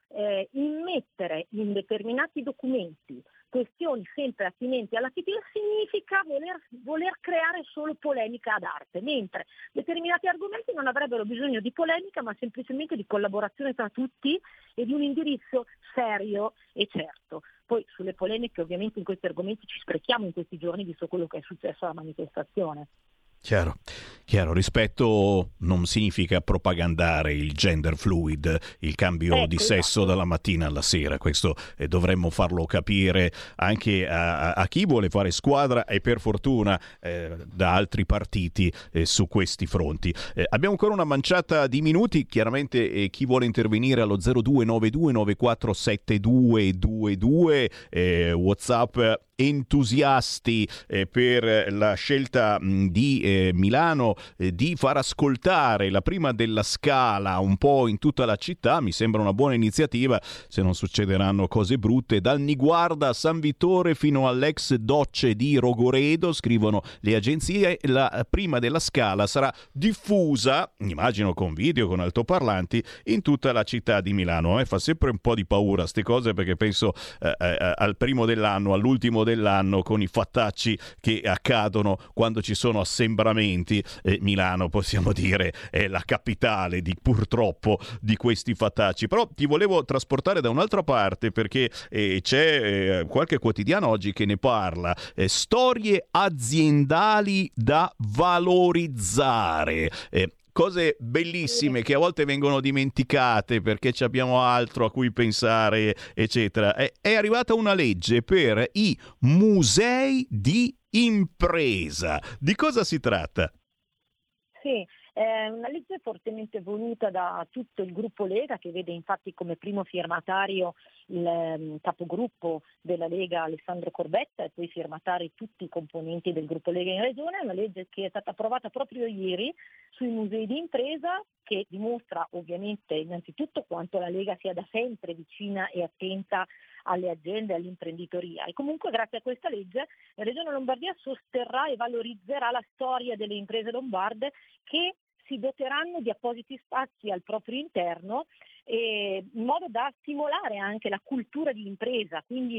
immettere in determinati documenti questioni sempre attinenti alla FIPIL significa voler creare solo polemica ad arte, mentre determinati argomenti non avrebbero bisogno di polemica, ma semplicemente di collaborazione tra tutti e di un indirizzo serio e certo. Poi sulle polemiche ovviamente in questi argomenti ci sprechiamo in questi giorni, visto quello che è successo alla manifestazione. Chiaro. Rispetto non significa propagandare il gender fluid, il cambio di sesso dalla mattina alla sera. Questo dovremmo farlo capire anche a chi vuole fare squadra e per fortuna da altri partiti su questi fronti. Abbiamo ancora una manciata di minuti, chiaramente chi vuole intervenire allo 0292947222, WhatsApp entusiasti per la scelta di Milano di far ascoltare la prima della Scala un po' in tutta la città. Mi sembra una buona iniziativa, se non succederanno cose brutte. Dal Niguarda a San Vittore fino all'ex docce di Rogoredo, scrivono le agenzie, la prima della Scala sarà diffusa, immagino con video, con altoparlanti, in tutta la città di Milano. A me fa sempre un po' di paura ste cose, perché penso al primo dell'anno, all'ultimo dell'anno, con i fattacci che accadono quando ci sono assembramenti. Milano, possiamo dire, è la capitale purtroppo di questi fattacci. Però ti volevo trasportare da un'altra parte, perché c'è qualche quotidiano oggi che ne parla. Storie aziendali da valorizzare. Cose bellissime che a volte vengono dimenticate perché ci abbiamo altro a cui pensare, eccetera. È arrivata una legge per i musei di impresa. Di cosa si tratta? Sì, è una legge fortemente voluta da tutto il gruppo Lega, che vede infatti come primo firmatario il capogruppo della Lega Alessandro Corbetta e poi firmatari tutti i componenti del gruppo Lega in Regione. È una legge che è stata approvata proprio ieri sui musei di impresa, che dimostra ovviamente innanzitutto quanto la Lega sia da sempre vicina e attenta alle aziende e all'imprenditoria. E comunque grazie a questa legge la Regione Lombardia sosterrà e valorizzerà la storia delle imprese lombarde, che si doteranno di appositi spazi al proprio interno, in modo da stimolare anche la cultura di impresa, quindi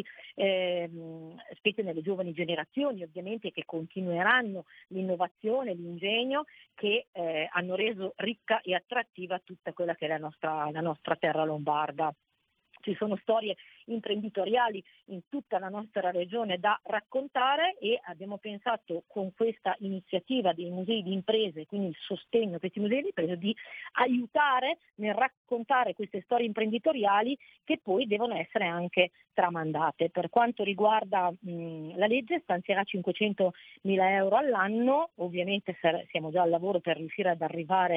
specie nelle giovani generazioni ovviamente, che continueranno l'innovazione, l'ingegno, che hanno reso ricca e attrattiva tutta quella che è la nostra terra lombarda. Ci sono storie imprenditoriali in tutta la nostra regione da raccontare e abbiamo pensato, con questa iniziativa dei musei di imprese, quindi il sostegno a questi musei di imprese, di aiutare nel raccontare queste storie imprenditoriali che poi devono essere anche tramandate. Per quanto riguarda la legge, stanzierà 500.000 euro all'anno, ovviamente siamo già al lavoro per riuscire ad arrivare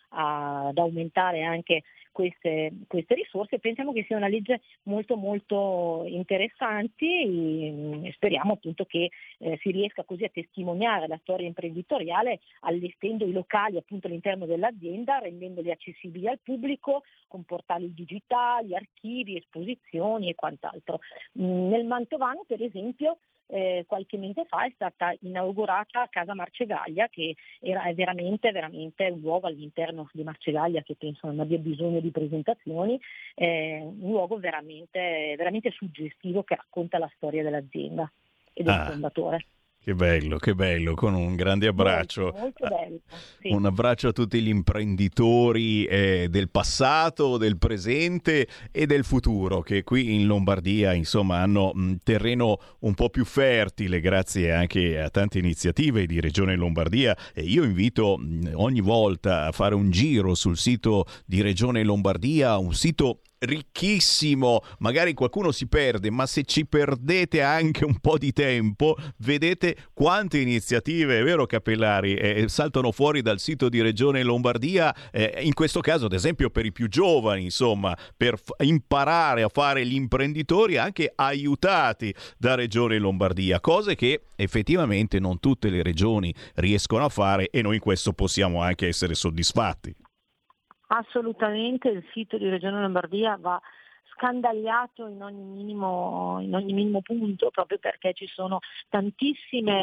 ad aumentare anche queste risorse. Pensiamo che sia una legge molto molto interessante e speriamo appunto che si riesca così a testimoniare la storia imprenditoriale, allestendo i locali appunto all'interno dell'azienda, rendendoli accessibili al pubblico con portali digitali, archivi, esposizioni e quant'altro. Nel Mantovano, per esempio, qualche mese fa è stata inaugurata Casa Marcegaglia, che è veramente un luogo all'interno di Marcegaglia che penso non abbia bisogno di presentazioni, un luogo veramente, veramente suggestivo che racconta la storia dell'azienda e del fondatore. Che bello, con un grande abbraccio. Molto bello, sì. Un abbraccio a tutti gli imprenditori del passato, del presente e del futuro, che qui in Lombardia insomma hanno terreno un po' più fertile grazie anche a tante iniziative di Regione Lombardia, e io invito ogni volta a fare un giro sul sito di Regione Lombardia, un sito ricchissimo. Magari qualcuno si perde, ma se ci perdete anche un po' di tempo, vedete quante iniziative, è vero Cappellari, saltano fuori dal sito di Regione Lombardia, in questo caso ad esempio per i più giovani, insomma, per imparare a fare gli imprenditori anche aiutati da Regione Lombardia, cose che effettivamente non tutte le regioni riescono a fare, e noi in questo possiamo anche essere soddisfatti. Assolutamente, il sito di Regione Lombardia va scandagliato in ogni minimo punto, proprio perché ci sono tantissime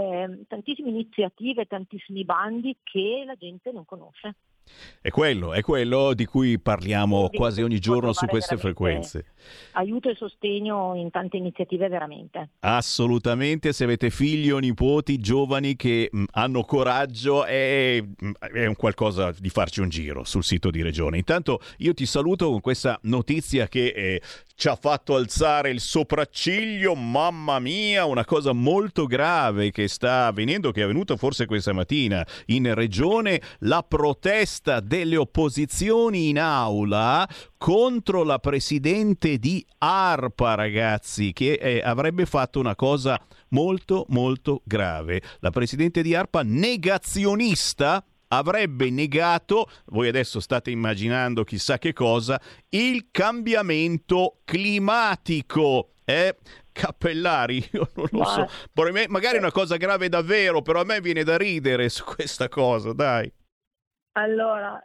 iniziative, tantissimi bandi che la gente non conosce. È quello di cui parliamo quasi ogni giorno su queste frequenze. Aiuto e sostegno in tante iniziative, veramente. Assolutamente, se avete figli o nipoti giovani che hanno coraggio, è un qualcosa di farci un giro sul sito di Regione. Intanto io ti saluto con questa notizia che ci ha fatto alzare il sopracciglio, mamma mia, una cosa molto grave che sta avvenendo, che è avvenuta forse questa mattina in Regione, la protesta delle opposizioni in aula contro la presidente di ARPA, ragazzi, che avrebbe fatto una cosa molto molto grave. La presidente di ARPA, negazionista, avrebbe negato, voi adesso state immaginando chissà che cosa, il cambiamento climatico. Cappellari, io non lo so, magari è una cosa grave davvero, però a me viene da ridere su questa cosa, dai. Allora,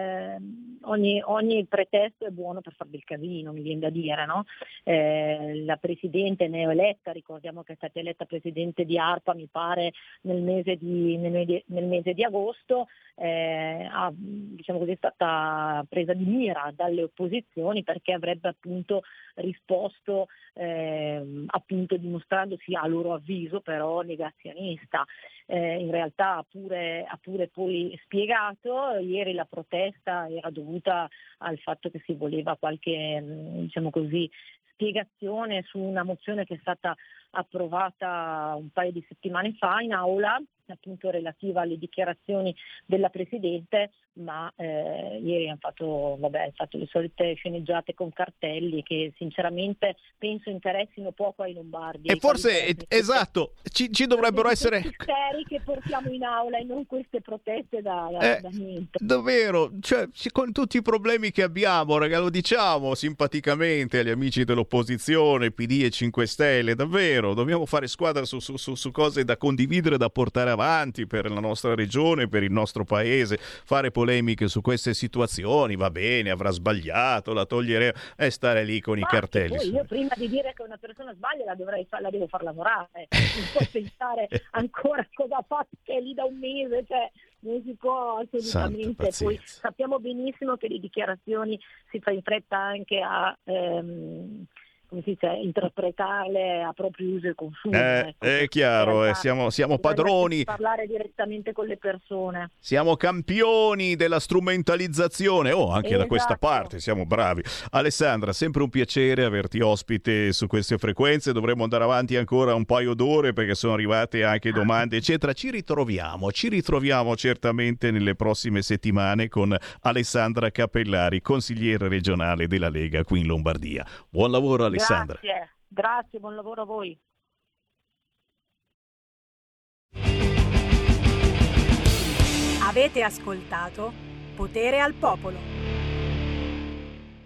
ogni pretesto è buono per fare del casino, mi viene da dire, no? La presidente neoeletta, ricordiamo che è stata eletta presidente di ARPA, mi pare nel mese di agosto, diciamo così, è stata presa di mira dalle opposizioni perché avrebbe appunto risposto, appunto dimostrandosi a loro avviso però negazionista. In realtà ha pure poi spiegato. Ieri la protesta era dovuta al fatto che si voleva qualche, diciamo così, spiegazione su una mozione che è stata approvata un paio di settimane fa in aula, appunto relativa alle dichiarazioni della Presidente, ma ieri hanno fatto le solite sceneggiate con cartelli che sinceramente penso interessino poco ai lombardi. E forse, esatto, ci dovrebbero essere seri che portiamo in aula e non queste proteste da niente. Davvero, cioè, con tutti i problemi che abbiamo, raga, lo diciamo simpaticamente agli amici dell'opposizione, PD e 5 Stelle, davvero, dobbiamo fare squadra su cose da condividere, da portare avanti per la nostra regione, per il nostro paese. Fare polemiche su queste situazioni, va bene, avrà sbagliato, la toglieremo, e stare lì con i cartelli. Poi io prima di dire che una persona sbaglia la devo far lavorare, non può pensare ancora cosa ha fatto, che è lì da un mese, cioè non si può assolutamente. Poi sappiamo benissimo che le dichiarazioni si fa in fretta anche a come si dice, interpretarle a proprio uso e consumo. È chiaro, siamo padroni. Parlare direttamente con le persone. Siamo campioni della strumentalizzazione, anche da questa parte siamo bravi. Alessandra, sempre un piacere averti ospite su queste frequenze, dovremmo andare avanti ancora un paio d'ore perché sono arrivate anche domande eccetera. Ci ritroviamo certamente nelle prossime settimane con Alessandra Cappellari, consigliere regionale della Lega qui in Lombardia. Buon lavoro Alessandra. Grazie, buon lavoro a voi. Avete ascoltato potere al popolo.